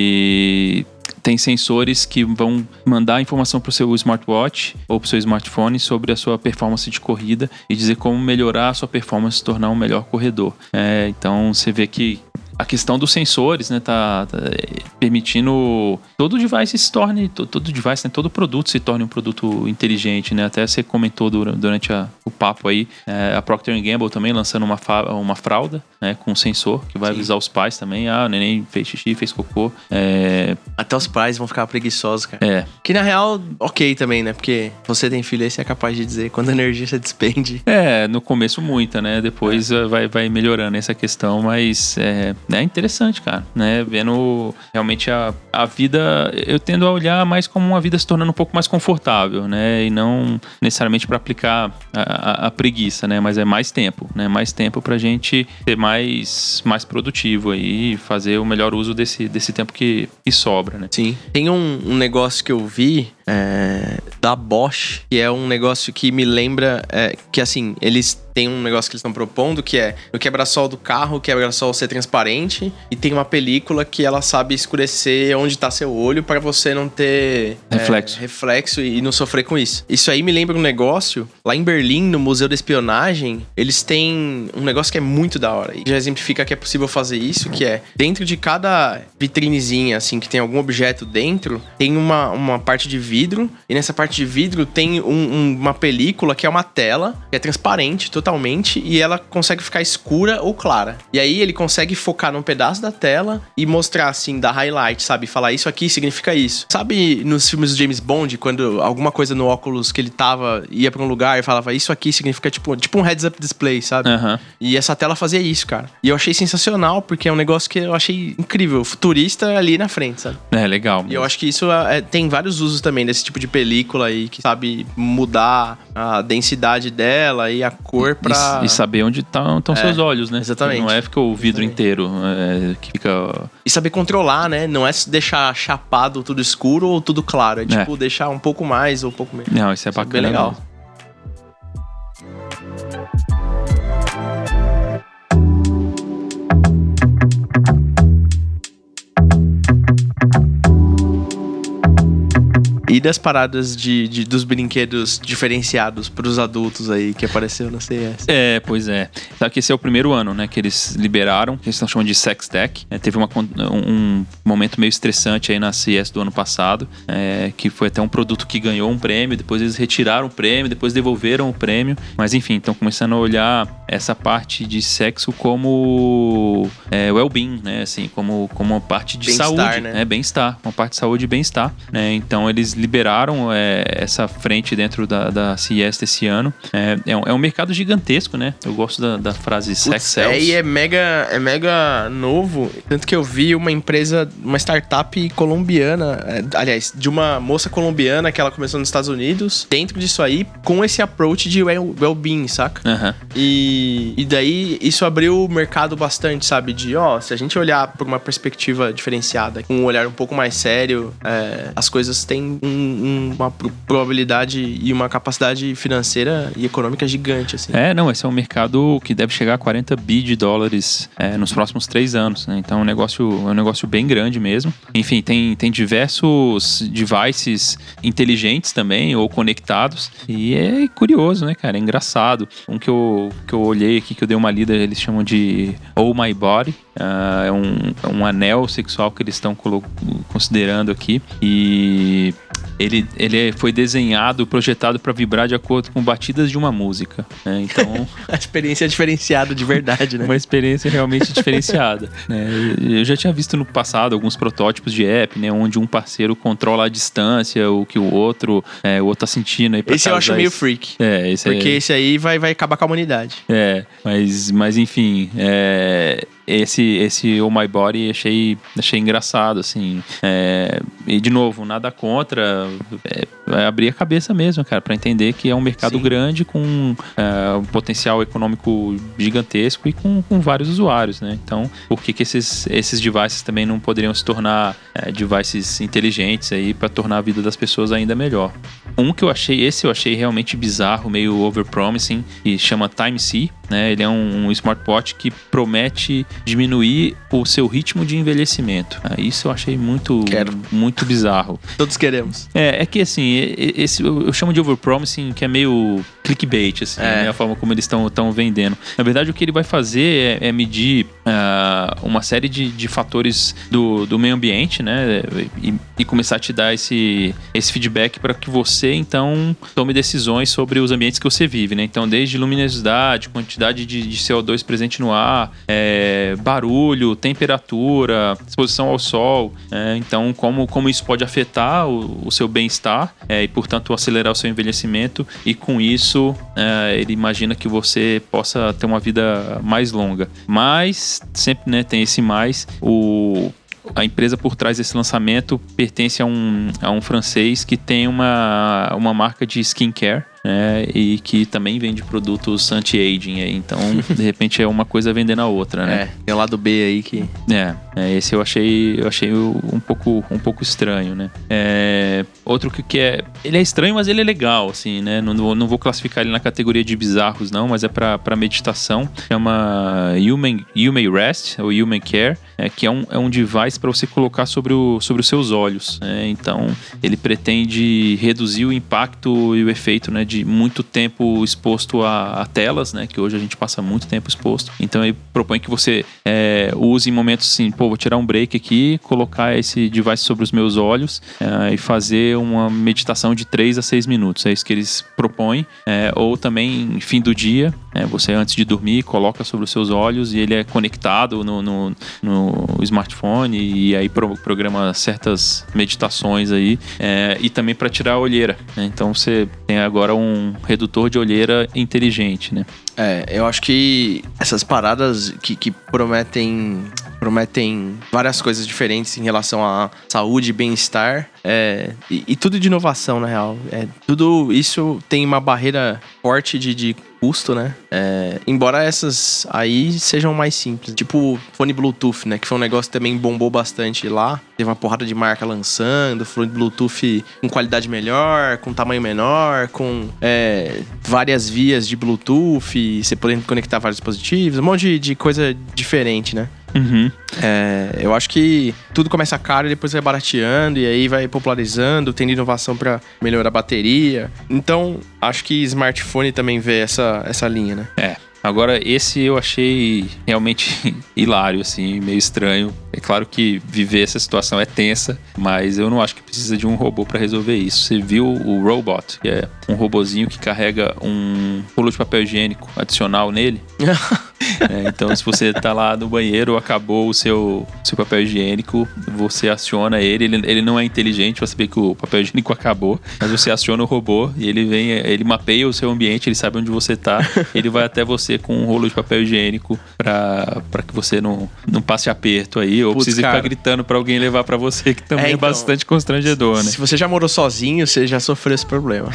ele... tem sensores que vão mandar informação para o seu smartwatch ou para o seu smartphone sobre a sua performance de corrida e dizer como melhorar a sua performance e se tornar um melhor corredor. É, então você vê que a questão dos sensores, né, tá, tá permitindo todo device se torne, todo, todo device, né, todo produto se torne um produto inteligente, né? Até você comentou durante a, o papo aí, é, a Procter and Gamble também lançando uma, fa, uma fralda, né, com um sensor que vai Sim. avisar os pais também. Ah, o neném fez xixi, fez cocô. É... Até os pais vão ficar preguiçosos, cara. É. Que na real, ok também, né? Porque você tem filho aí, você é capaz de dizer quanta energia você despende. É, no começo muita, né? Depois é. vai, vai melhorando essa questão, mas é, é interessante, cara, né? Vendo realmente a, a vida, eu tendo a olhar mais como uma vida se tornando um pouco mais confortável, né? E não necessariamente para aplicar a, a, a preguiça, né? Mas é mais tempo, né? Mais tempo pra gente ser mais, mais produtivo aí, fazer o melhor uso desse, desse tempo que, que sobra, né? Sim. Tem um, um negócio que eu vi é, da Bosch, que é um negócio que me lembra é, que, assim, eles têm um negócio que eles estão propondo, que é no quebra-sol do carro, o quebra-sol ser transparente, e tem uma película que ela sabe escurecer onde tá seu olho para você não ter reflexo, é, reflexo e não sofrer com isso. Isso aí me lembra um negócio, lá em Berlim, no Museu da Espionagem, eles têm um negócio que é muito da hora, e já exemplifica que é possível fazer isso, que é, dentro de cada vitrinezinha, assim, que tem algum objeto dentro, tem uma, uma parte de vidro, e nessa parte de vidro tem um, um, uma película que é uma tela, que é transparente totalmente, e ela consegue ficar escura ou clara. E aí ele consegue focar num pedaço da tela e mostrar, assim, dar highlight, sabe? Falar, isso aqui significa isso. Sabe nos filmes do James Bond, quando alguma coisa no óculos que ele tava, ia pra um lugar e falava, isso aqui significa, tipo, tipo um heads-up display, sabe? Uhum. E essa tela fazia isso, cara. E eu achei sensacional, porque é um negócio que eu achei incrível, futurista ali na frente, sabe? É, legal. E eu acho que isso é, tem vários usos também desse tipo de película aí, que sabe mudar a densidade dela e a cor pra... E, e saber onde estão é, seus olhos, né? Exatamente. Não é ficar o vidro exatamente. inteiro, é, que fica... E saber controlar, né? Não é deixar chapado tudo escuro ou tudo claro. É tipo, é. deixar um pouco mais ou um pouco menos. Não, isso é isso bacana. É bem legal. E E das paradas de, de, dos brinquedos diferenciados pros adultos aí que apareceu na C E S? É, pois é. Sabe que esse é o primeiro ano, né, que eles liberaram, que eles estão chamando de Sex Tech. É, teve uma, um, um momento meio estressante aí na C E S do ano passado, é, que foi até um produto que ganhou um prêmio, depois eles retiraram o prêmio, depois devolveram o prêmio. Mas enfim, estão começando a olhar essa parte de sexo como é, well-being, né, assim, como, como uma parte de bem-estar, saúde, né? né, bem-estar, uma parte de saúde e bem-estar, né. Então eles liberaram é, essa frente dentro da, da C E S desse ano. É, é, um, é um mercado gigantesco, né? Eu gosto da, da frase sex Putz, sells. É, e é mega, é mega novo. Tanto que eu vi uma empresa, uma startup colombiana, é, aliás, de uma moça colombiana que ela começou nos Estados Unidos, dentro disso aí, com esse approach de well- well-being, saca? Uhum. E, e daí isso abriu o mercado bastante, sabe? De, ó, se a gente olhar por uma perspectiva diferenciada, com um olhar um pouco mais sério, é, as coisas têm um, um, uma pro- probabilidade e uma capacidade financeira e econômica gigante, assim. É, não, esse é um mercado que deve chegar a quarenta bi de dólares é, nos próximos três anos, né? Então é um negócio, é um negócio bem grande mesmo. Enfim, tem, tem diversos devices inteligentes também, ou conectados. E é curioso, né, cara? É engraçado. Um que eu, que eu olhei aqui, que eu dei uma lida, eles chamam de Oh My Body. Uh, é, um, é um anel sexual que eles estão colo- considerando aqui. E ele, ele foi desenhado, projetado para vibrar de acordo com batidas de uma música, né? Então A experiência é diferenciada de verdade, né? uma experiência realmente diferenciada, né? Eu já tinha visto no passado alguns protótipos de app, né, onde um parceiro controla a distância, o que o outro, é, o outro tá sentindo aí pra Esse eu acho casar meio isso. freak. É, esse Porque é, esse aí vai, vai acabar com a humanidade. é, mas, mas enfim, é, esse, esse Oh My Body achei, achei engraçado, assim. É, e, de novo, nada contra. É, vai abrir a cabeça mesmo, cara, pra entender que é um mercado Sim. grande com é, um potencial econômico gigantesco e com, com vários usuários, né? Então, por que que esses, esses devices também não poderiam se tornar é, devices inteligentes aí pra tornar a vida das pessoas ainda melhor? Um que eu achei, esse eu achei realmente bizarro, meio overpromising, que chama Time-C, né? Ele é um, um smartwatch que promete diminuir o seu ritmo de envelhecimento. Ah, isso eu achei muito, Quero. muito bizarro. Todos queremos. É, é que assim, e- e- esse, eu eu chamo de overpromising, que é meio clickbait, assim, É. né? A forma como eles estão vendendo. Na verdade, o que ele vai fazer é, é medir ah, uma série de, de fatores do, do meio ambiente, né? E, e começar a te dar esse, esse feedback para que você, então, tome decisões sobre os ambientes que você vive, né? Então, desde luminosidade, quantidade de, de C O dois presente no ar, é, barulho, temperatura, exposição ao sol, é, então como, como isso pode afetar o, o seu bem-estar é, e, portanto, acelerar o seu envelhecimento, e com isso é, ele imagina que você possa ter uma vida mais longa. Mas, sempre, né, tem esse mais, o... A empresa por trás desse lançamento pertence a um, a um francês que tem uma, uma marca de skincare, né, e que também vende produtos anti-aging. Então, de repente, é uma coisa vendendo a outra, né? É, tem o lado B aí que... É, é, esse eu achei, eu achei um pouco, um pouco estranho, né? É, outro que, que é... Ele é estranho, mas ele é legal, assim, né? Não, não vou classificar ele na categoria de bizarros, não, mas é pra, pra meditação. Chama Human, Human Rest, ou Human Care, é, que é um, é um device para você colocar sobre, o, sobre os seus olhos, né? Então, ele pretende reduzir o impacto e o efeito, né, de muito tempo exposto a, a telas, né? Que hoje a gente passa muito tempo exposto. Então, ele propõe que você é, use em momentos assim, pô, vou tirar um break aqui, colocar esse device sobre os meus olhos é, e fazer uma meditação de três a seis minutos. É isso que eles propõem. É, ou também, fim do dia, é, você antes de dormir, coloca sobre os seus olhos e ele é conectado no, no, no smartphone e aí pro, programa certas meditações aí. É, e também para tirar a olheira, né? Então, você tem agora um redutor de olheira inteligente, né? É, eu acho que essas paradas que, que prometem, prometem várias coisas diferentes em relação à saúde e bem-estar, é, e, e tudo de inovação, na real. É, tudo isso tem uma barreira forte de, de custo, né? É, embora essas aí sejam mais simples. Tipo fone Bluetooth, né? Que foi um negócio que também bombou bastante lá. Teve uma porrada de marca lançando, fone Bluetooth com qualidade melhor, com tamanho menor, com é, várias vias de Bluetooth, você podendo conectar vários dispositivos, um monte de, de coisa diferente, né? Uhum. É, eu acho que tudo começa caro e depois vai barateando, e aí vai popularizando, tendo inovação pra melhorar a bateria. Então, acho que smartphone também vê essa, essa linha, né? É. Agora, esse eu achei realmente hilário, assim, meio estranho. É claro que viver essa situação é tensa, mas eu não acho que precisa de um robô para resolver isso. Você viu o Robot, que é um robozinho que carrega um rolo de papel higiênico adicional nele? É, então, se você tá lá no banheiro, acabou o seu, seu papel higiênico, você aciona ele, ele, ele não é inteligente pra saber que o papel higiênico acabou, mas você aciona o robô e ele vem, ele mapeia o seu ambiente, ele sabe onde você tá, ele vai até você com um rolo de papel higiênico pra, pra que você não, não passe aperto aí, ou Putz, precise cara. ficar gritando pra alguém levar pra você, que também é, É, então, bastante constrangedor, né? Se você já morou sozinho, você já sofreu esse problema.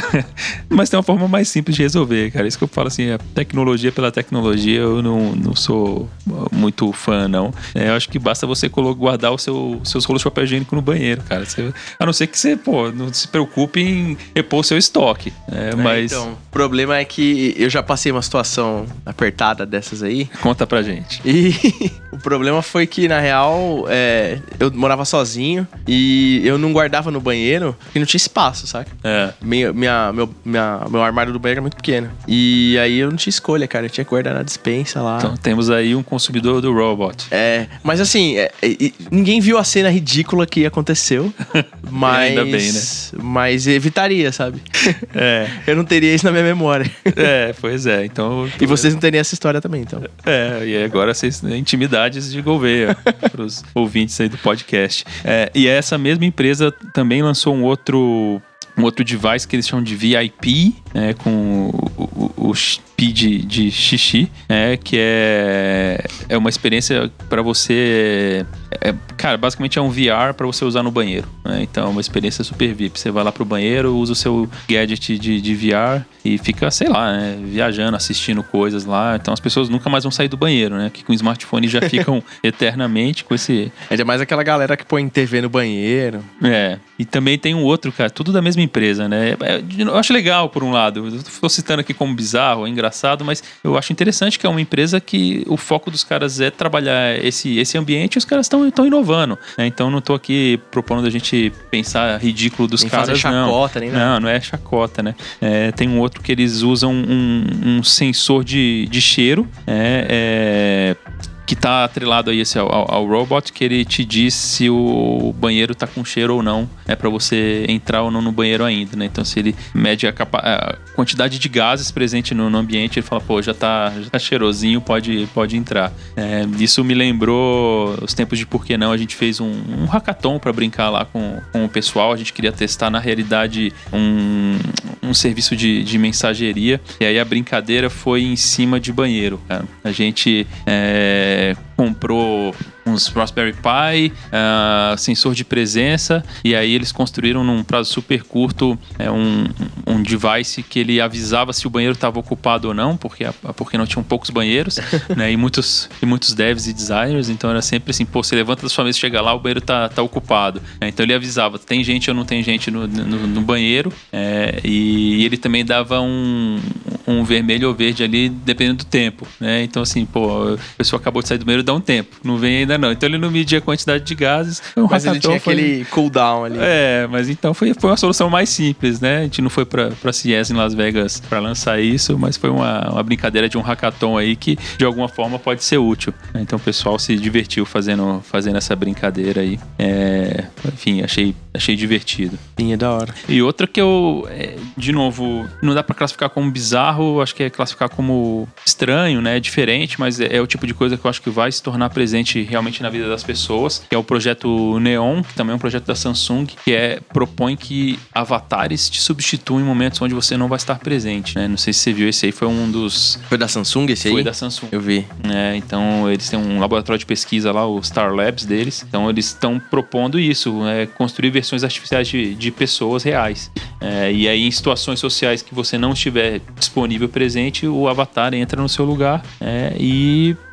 Mas tem uma forma mais simples de resolver, cara. Isso que eu falo assim, a tecnologia pela tecnologia, eu não, não sou muito fã, não. É, eu acho que basta você guardar os seu, seus rolos de papel higiênico no banheiro, cara. Você, a não ser que você, pô, não se preocupe em repor o seu estoque. É, É, mas então, o problema é que eu já passei uma situação apertada dessas aí. Conta pra gente. E o problema foi que, na real, é, eu morava sozinho e eu não guardava no banheiro porque não tinha espaço, saca? É. Minha, minha, meu, minha, meu armário do banheiro é muito pequeno. E aí eu não tinha escolha, cara. Eu tinha que guardar na despensa lá. Então temos aí um consumidor do Robot. É, mas assim, é, é, ninguém viu a cena ridícula que aconteceu. Mas. Ainda bem, né? Mas evitaria, sabe? É. Eu não teria isso na minha memória. É, pois é. Então. E vocês não teriam essa história também, então. É, e agora vocês, né, intimidades de Gouveia pros ouvintes aí do podcast. É, e essa mesma empresa também lançou um outro. Um outro device que eles chamam de V I P, né, com o, o, o P de, de xixi, né, que é, é uma experiência para você... É, cara, basicamente é um V R para você usar no banheiro, né? Então é uma experiência super V I P. Você vai lá pro banheiro, usa o seu gadget de, de V R e fica, sei lá, né, viajando, assistindo coisas lá. Então as pessoas nunca mais vão sair do banheiro, né? Que com o smartphone já ficam eternamente com esse... É mais aquela galera que põe T V no banheiro. É, e também tem um outro, cara, tudo da mesma empresa, né? Eu acho legal, por um lado. Eu tô citando aqui como bizarro, é engraçado, mas eu acho interessante que é uma empresa que o foco dos caras é trabalhar esse, esse ambiente e os caras estão inovando, né? Então não tô aqui propondo a gente pensar ridículo dos nem caras, fazer chacota, não. Nem nada. Não, não é chacota, né? É, tem um outro que eles usam um, um sensor de, de cheiro, é, é que tá atrelado aí esse ao, ao robot, que ele te diz se o banheiro tá com cheiro ou não, é para você entrar ou não no banheiro ainda, né? Então se ele mede a, capa- a quantidade de gases presente no, no ambiente, ele fala, pô, já tá, já tá cheirosinho, pode, pode entrar. É, isso me lembrou os tempos de Por Que Não, a gente fez um, um hackathon para brincar lá com, com o pessoal, a gente queria testar na realidade um, um serviço de, de mensageria, e aí a brincadeira foi em cima de banheiro, cara. A gente é, É, comprou uns Raspberry Pi, uh, sensor de presença, e aí eles construíram num prazo super curto é, um, um device que ele avisava se o banheiro estava ocupado ou não, porque, porque não tinham poucos banheiros, né, e muitos, e muitos devs e designers, então era sempre assim, pô, você levanta da sua mesa, chega lá, o banheiro tá, tá ocupado, né, então ele avisava, tem gente ou não tem gente no, no, no banheiro, é, e ele também dava um, um vermelho ou verde ali, dependendo do tempo, né, então assim, pô, a pessoa acabou de sair do banheiro, dá um tempo, não vem ainda não. Então ele não media a quantidade de gases. Um mas ele tinha foi... aquele cooldown ali. É, mas então foi, foi uma solução mais simples, né? A gente não foi pra, pra C E S em Las Vegas pra lançar isso, mas foi uma, uma brincadeira de um hackathon aí que de alguma forma pode ser útil. Então o pessoal se divertiu fazendo, fazendo essa brincadeira aí. É, enfim, achei, achei divertido. Sim, é da hora. E outra que eu, de novo, não dá pra classificar como bizarro, acho que é classificar como estranho, né? Diferente, mas é, é o tipo de coisa que eu acho que vai se tornar presente realmente na vida das pessoas, que é o projeto Neon, que também é um projeto da Samsung, que é, propõe que avatares te substituem em momentos onde você não vai estar presente, né? Não sei se você viu, esse aí foi um dos... Foi da Samsung esse aí? Foi da Samsung. Eu vi. É, então eles têm um laboratório de pesquisa lá, o Star Labs deles, então eles estão propondo isso, é, construir versões artificiais de, de pessoas reais. É, e aí em situações sociais que você não estiver disponível presente, o avatar entra no seu lugar é, e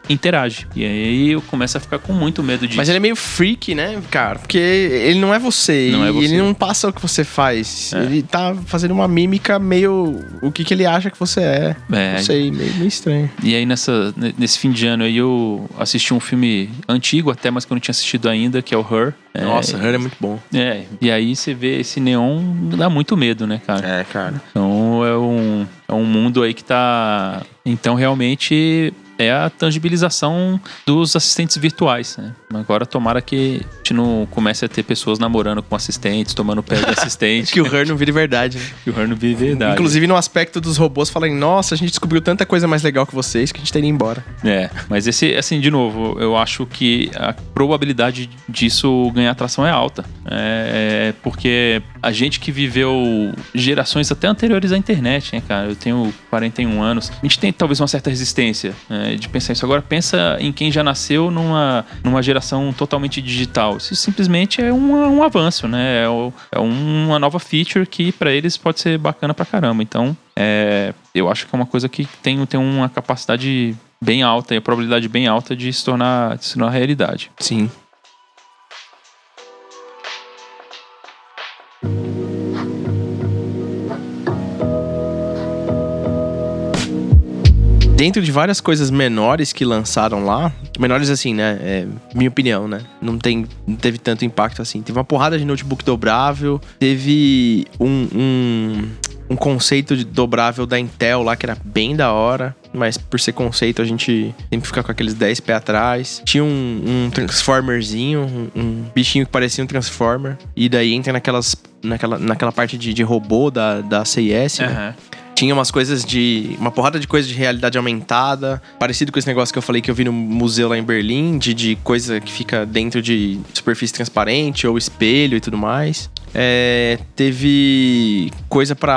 interage. E aí eu começo a ficar com muito medo disso. Mas ele é meio freak, né, cara? Porque ele não é você. Não é você. Ele não passa o que você faz. É. Ele tá fazendo uma mímica meio... O que, que ele acha que você é. É. Não sei, meio, meio estranho. E aí nessa, nesse fim de ano aí eu assisti um filme antigo até, mas que eu não tinha assistido ainda, que é o Her. Nossa, é, Her é muito bom. É, e aí você vê esse neon, dá muito medo, né, cara? É, cara. Então é um, é um mundo aí que tá... Então realmente é a tangibilização dos assistentes virtuais, né? Agora tomara que a gente não comece a ter pessoas namorando com assistentes, tomando pé de assistente. Que o Her não vire verdade, né? Que o Her não vire verdade. Inclusive no aspecto dos robôs falarem, nossa, a gente descobriu tanta coisa mais legal que vocês que a gente teria ido embora. É, mas esse, assim, de novo, eu acho que a probabilidade disso ganhar atração é alta. É, é porque a gente que viveu gerações até anteriores à internet, né, cara? Eu tenho quarenta e um anos. A gente tem talvez uma certa resistência, né, de pensar isso. Agora pensa em quem já nasceu numa, numa geração totalmente digital. Isso simplesmente é um, um avanço, né? É, o, é uma nova feature que para eles pode ser bacana pra caramba. Então, é, eu acho que é uma coisa que tem, tem uma capacidade bem alta e a probabilidade bem alta de se tornar, de se tornar realidade. Sim. Dentro de várias coisas menores que lançaram lá, menores assim, né? É minha opinião, né? Não, tem, não teve tanto impacto assim. Teve uma porrada de notebook dobrável, teve um, um, um conceito de dobrável da Intel lá que era bem da hora, mas por ser conceito a gente sempre fica com aqueles dez pés atrás. Tinha um, um Transformerzinho, um, um bichinho que parecia um Transformer, e daí entra naquelas, naquela, naquela parte de, de robô da, da C I S, Uhum. né? Tinha umas coisas de... Uma porrada de coisa de realidade aumentada. Parecido com esse negócio que eu falei que eu vi no museu lá em Berlim. De, de coisa que fica dentro de superfície transparente ou espelho e tudo mais. É, teve coisa pra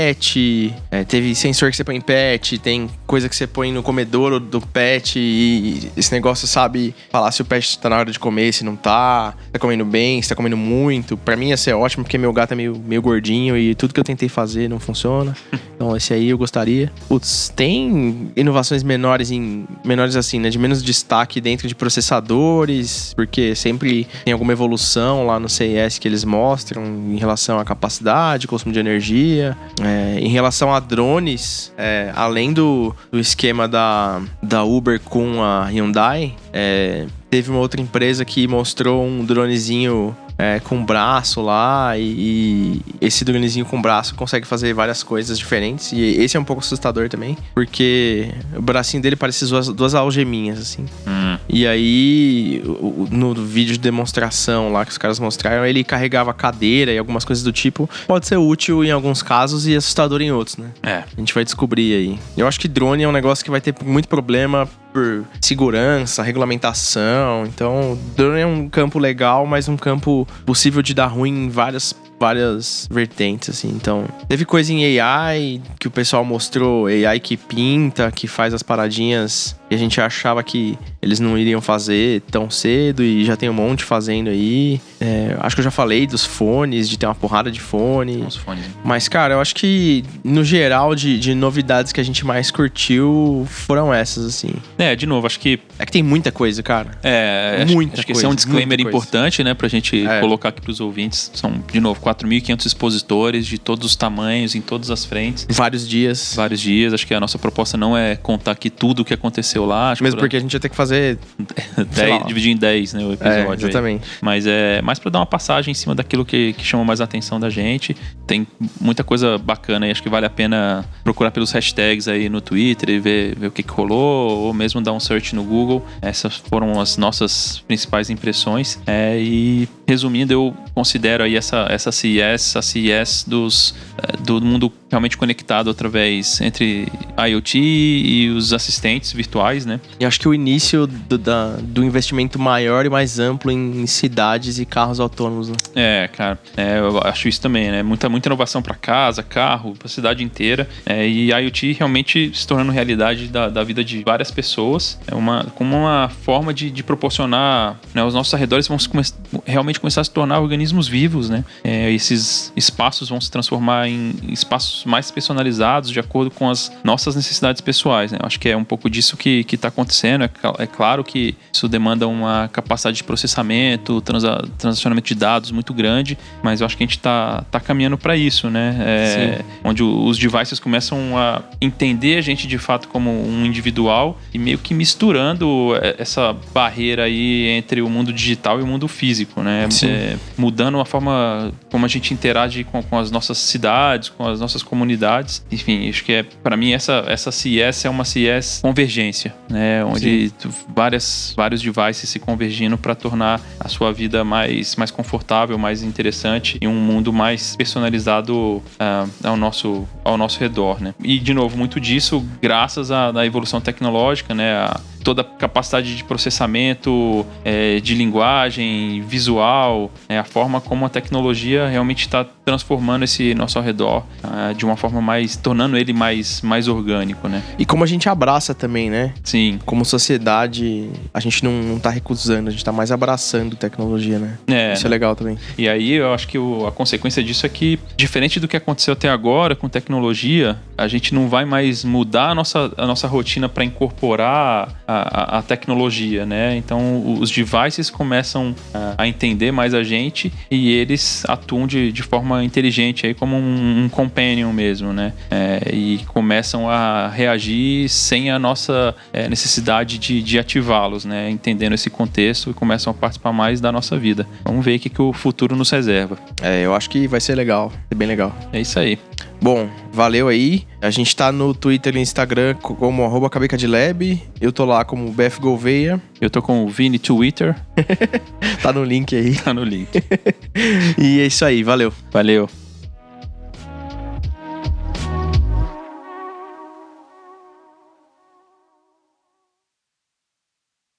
pet. É, teve sensor que você põe em pet. Tem coisa que você põe no comedouro do pet. E esse negócio sabe falar se o pet tá na hora de comer, se não tá. Se tá comendo bem, se tá comendo muito. Pra mim ia ser ótimo, porque meu gato é meio, meio gordinho. E tudo que eu tentei fazer não funciona. Então esse aí eu gostaria. Putz, tem inovações menores em menores assim, né? De menos destaque dentro de processadores, porque sempre tem alguma evolução lá no C I S que eles mostram em relação à capacidade, consumo de energia. É, em relação a drones, é, além do, do esquema da, da Uber com a Hyundai, é, teve uma outra empresa que mostrou um dronezinho É, com braço lá, e, e esse dronezinho com braço consegue fazer várias coisas diferentes, e esse é um pouco assustador também, porque o bracinho dele parece duas, duas algeminhas, assim. Hum. E aí, o, no vídeo de demonstração lá que os caras mostraram, ele carregava cadeira e algumas coisas do tipo. Pode ser útil em alguns casos e assustador em outros, né? É. A gente vai descobrir aí. Eu acho que drone é um negócio que vai ter muito problema por segurança, regulamentação. Então, drone é um campo legal, mas um campo possível de dar ruim em várias, várias vertentes, assim. Então, teve coisa em A I que o pessoal mostrou, A I que pinta, que faz as paradinhas que a gente achava que eles não iriam fazer tão cedo, e já tem um monte fazendo aí. É, acho que eu já falei dos fones, de ter uma porrada de fone. Os fones. Mas, cara, eu acho que, no geral, de, de novidades que a gente mais curtiu foram essas, assim. É, de novo, acho que... É que tem muita coisa, cara. É, muita acho, acho que coisa, esse é um disclaimer muita coisa. importante, né? Pra gente É. colocar aqui pros ouvintes. São, de novo, quatro mil e quinhentos expositores de todos os tamanhos, em todas as frentes. Vários dias. Vários dias. Acho que a nossa proposta não é contar aqui tudo o que aconteceu lá. Acho Mesmo que porque a gente ia ter que fazer... sei lá. dez, dividir em dez, né? O episódio. É, exatamente. Aí. Mas é mais pra dar uma passagem em cima daquilo que, que chama mais a atenção da gente. Tem muita coisa bacana aí. Acho que vale a pena procurar pelos hashtags aí no Twitter e ver, ver o que, que rolou, ou mesmo dar um search no Google. Essas foram as nossas principais impressões. É, e resumindo, eu considero aí essa, essa C I S, a C I S dos, do mundo realmente conectado através entre IoT e os assistentes virtuais, né? E acho que o início do, da, do investimento maior e mais amplo em cidades e carros autônomos, né? É, cara, é, eu acho isso também, né? Muita, muita inovação para casa, carro, para a cidade inteira. É, e IoT realmente se tornando realidade da, da vida de várias pessoas. É uma, como uma forma de, de proporcionar, né, os nossos arredores vão, come, realmente começar a se tornar organismos vivos, né? É, esses espaços vão se transformar em espaços mais personalizados de acordo com as nossas necessidades pessoais, né? Eu acho que é um pouco disso que está acontecendo. É, é claro que isso demanda uma capacidade de processamento, transa, transacionamento de dados muito grande, mas eu acho que a gente está tá caminhando para isso, né? É, onde os devices começam a entender a gente de fato como um individual e meio que misturando essa barreira aí entre o mundo digital e o mundo físico, né? É, mudando a forma como a gente interage com, com as nossas cidades, com as nossas comunidades. Enfim, acho que é, para mim essa, essa C S é uma C S convergência, né? Onde várias, vários devices se convergindo para tornar a sua vida mais, mais confortável, mais interessante e um mundo mais personalizado uh, ao, nosso, ao nosso redor, né? E, de novo, muito disso graças à, à evolução tecnológica, né? A, toda a capacidade de processamento, é, de linguagem, visual, é, a forma como a tecnologia realmente está transformando esse nosso ao redor uh, de uma forma mais, tornando ele mais, mais orgânico, né? E como a gente abraça também, né? Sim. Como sociedade, a gente não, não tá recusando, a gente tá mais abraçando tecnologia, né? É. Isso é legal também. E aí eu acho que o, a consequência disso é que, diferente do que aconteceu até agora com tecnologia, a gente não vai mais mudar a nossa, a nossa rotina para incorporar A, a tecnologia, né? Então os devices começam a, a entender mais a gente e eles atuam de, de forma inteligente aí como um, um companion mesmo, né? É, e começam a reagir sem a nossa é, necessidade de, de ativá-los, né? Entendendo esse contexto e começam a participar mais da nossa vida. Vamos ver o que, que o futuro nos reserva. É, eu acho que vai ser legal, vai ser bem legal. É isso aí. Bom, valeu aí. A gente tá no Twitter e Instagram como arroba cabecadlab. Eu tô lá como B F Gouveia. Eu tô com o Vini Twitter. Tá no link aí. Tá no link. E é isso aí, valeu. Valeu.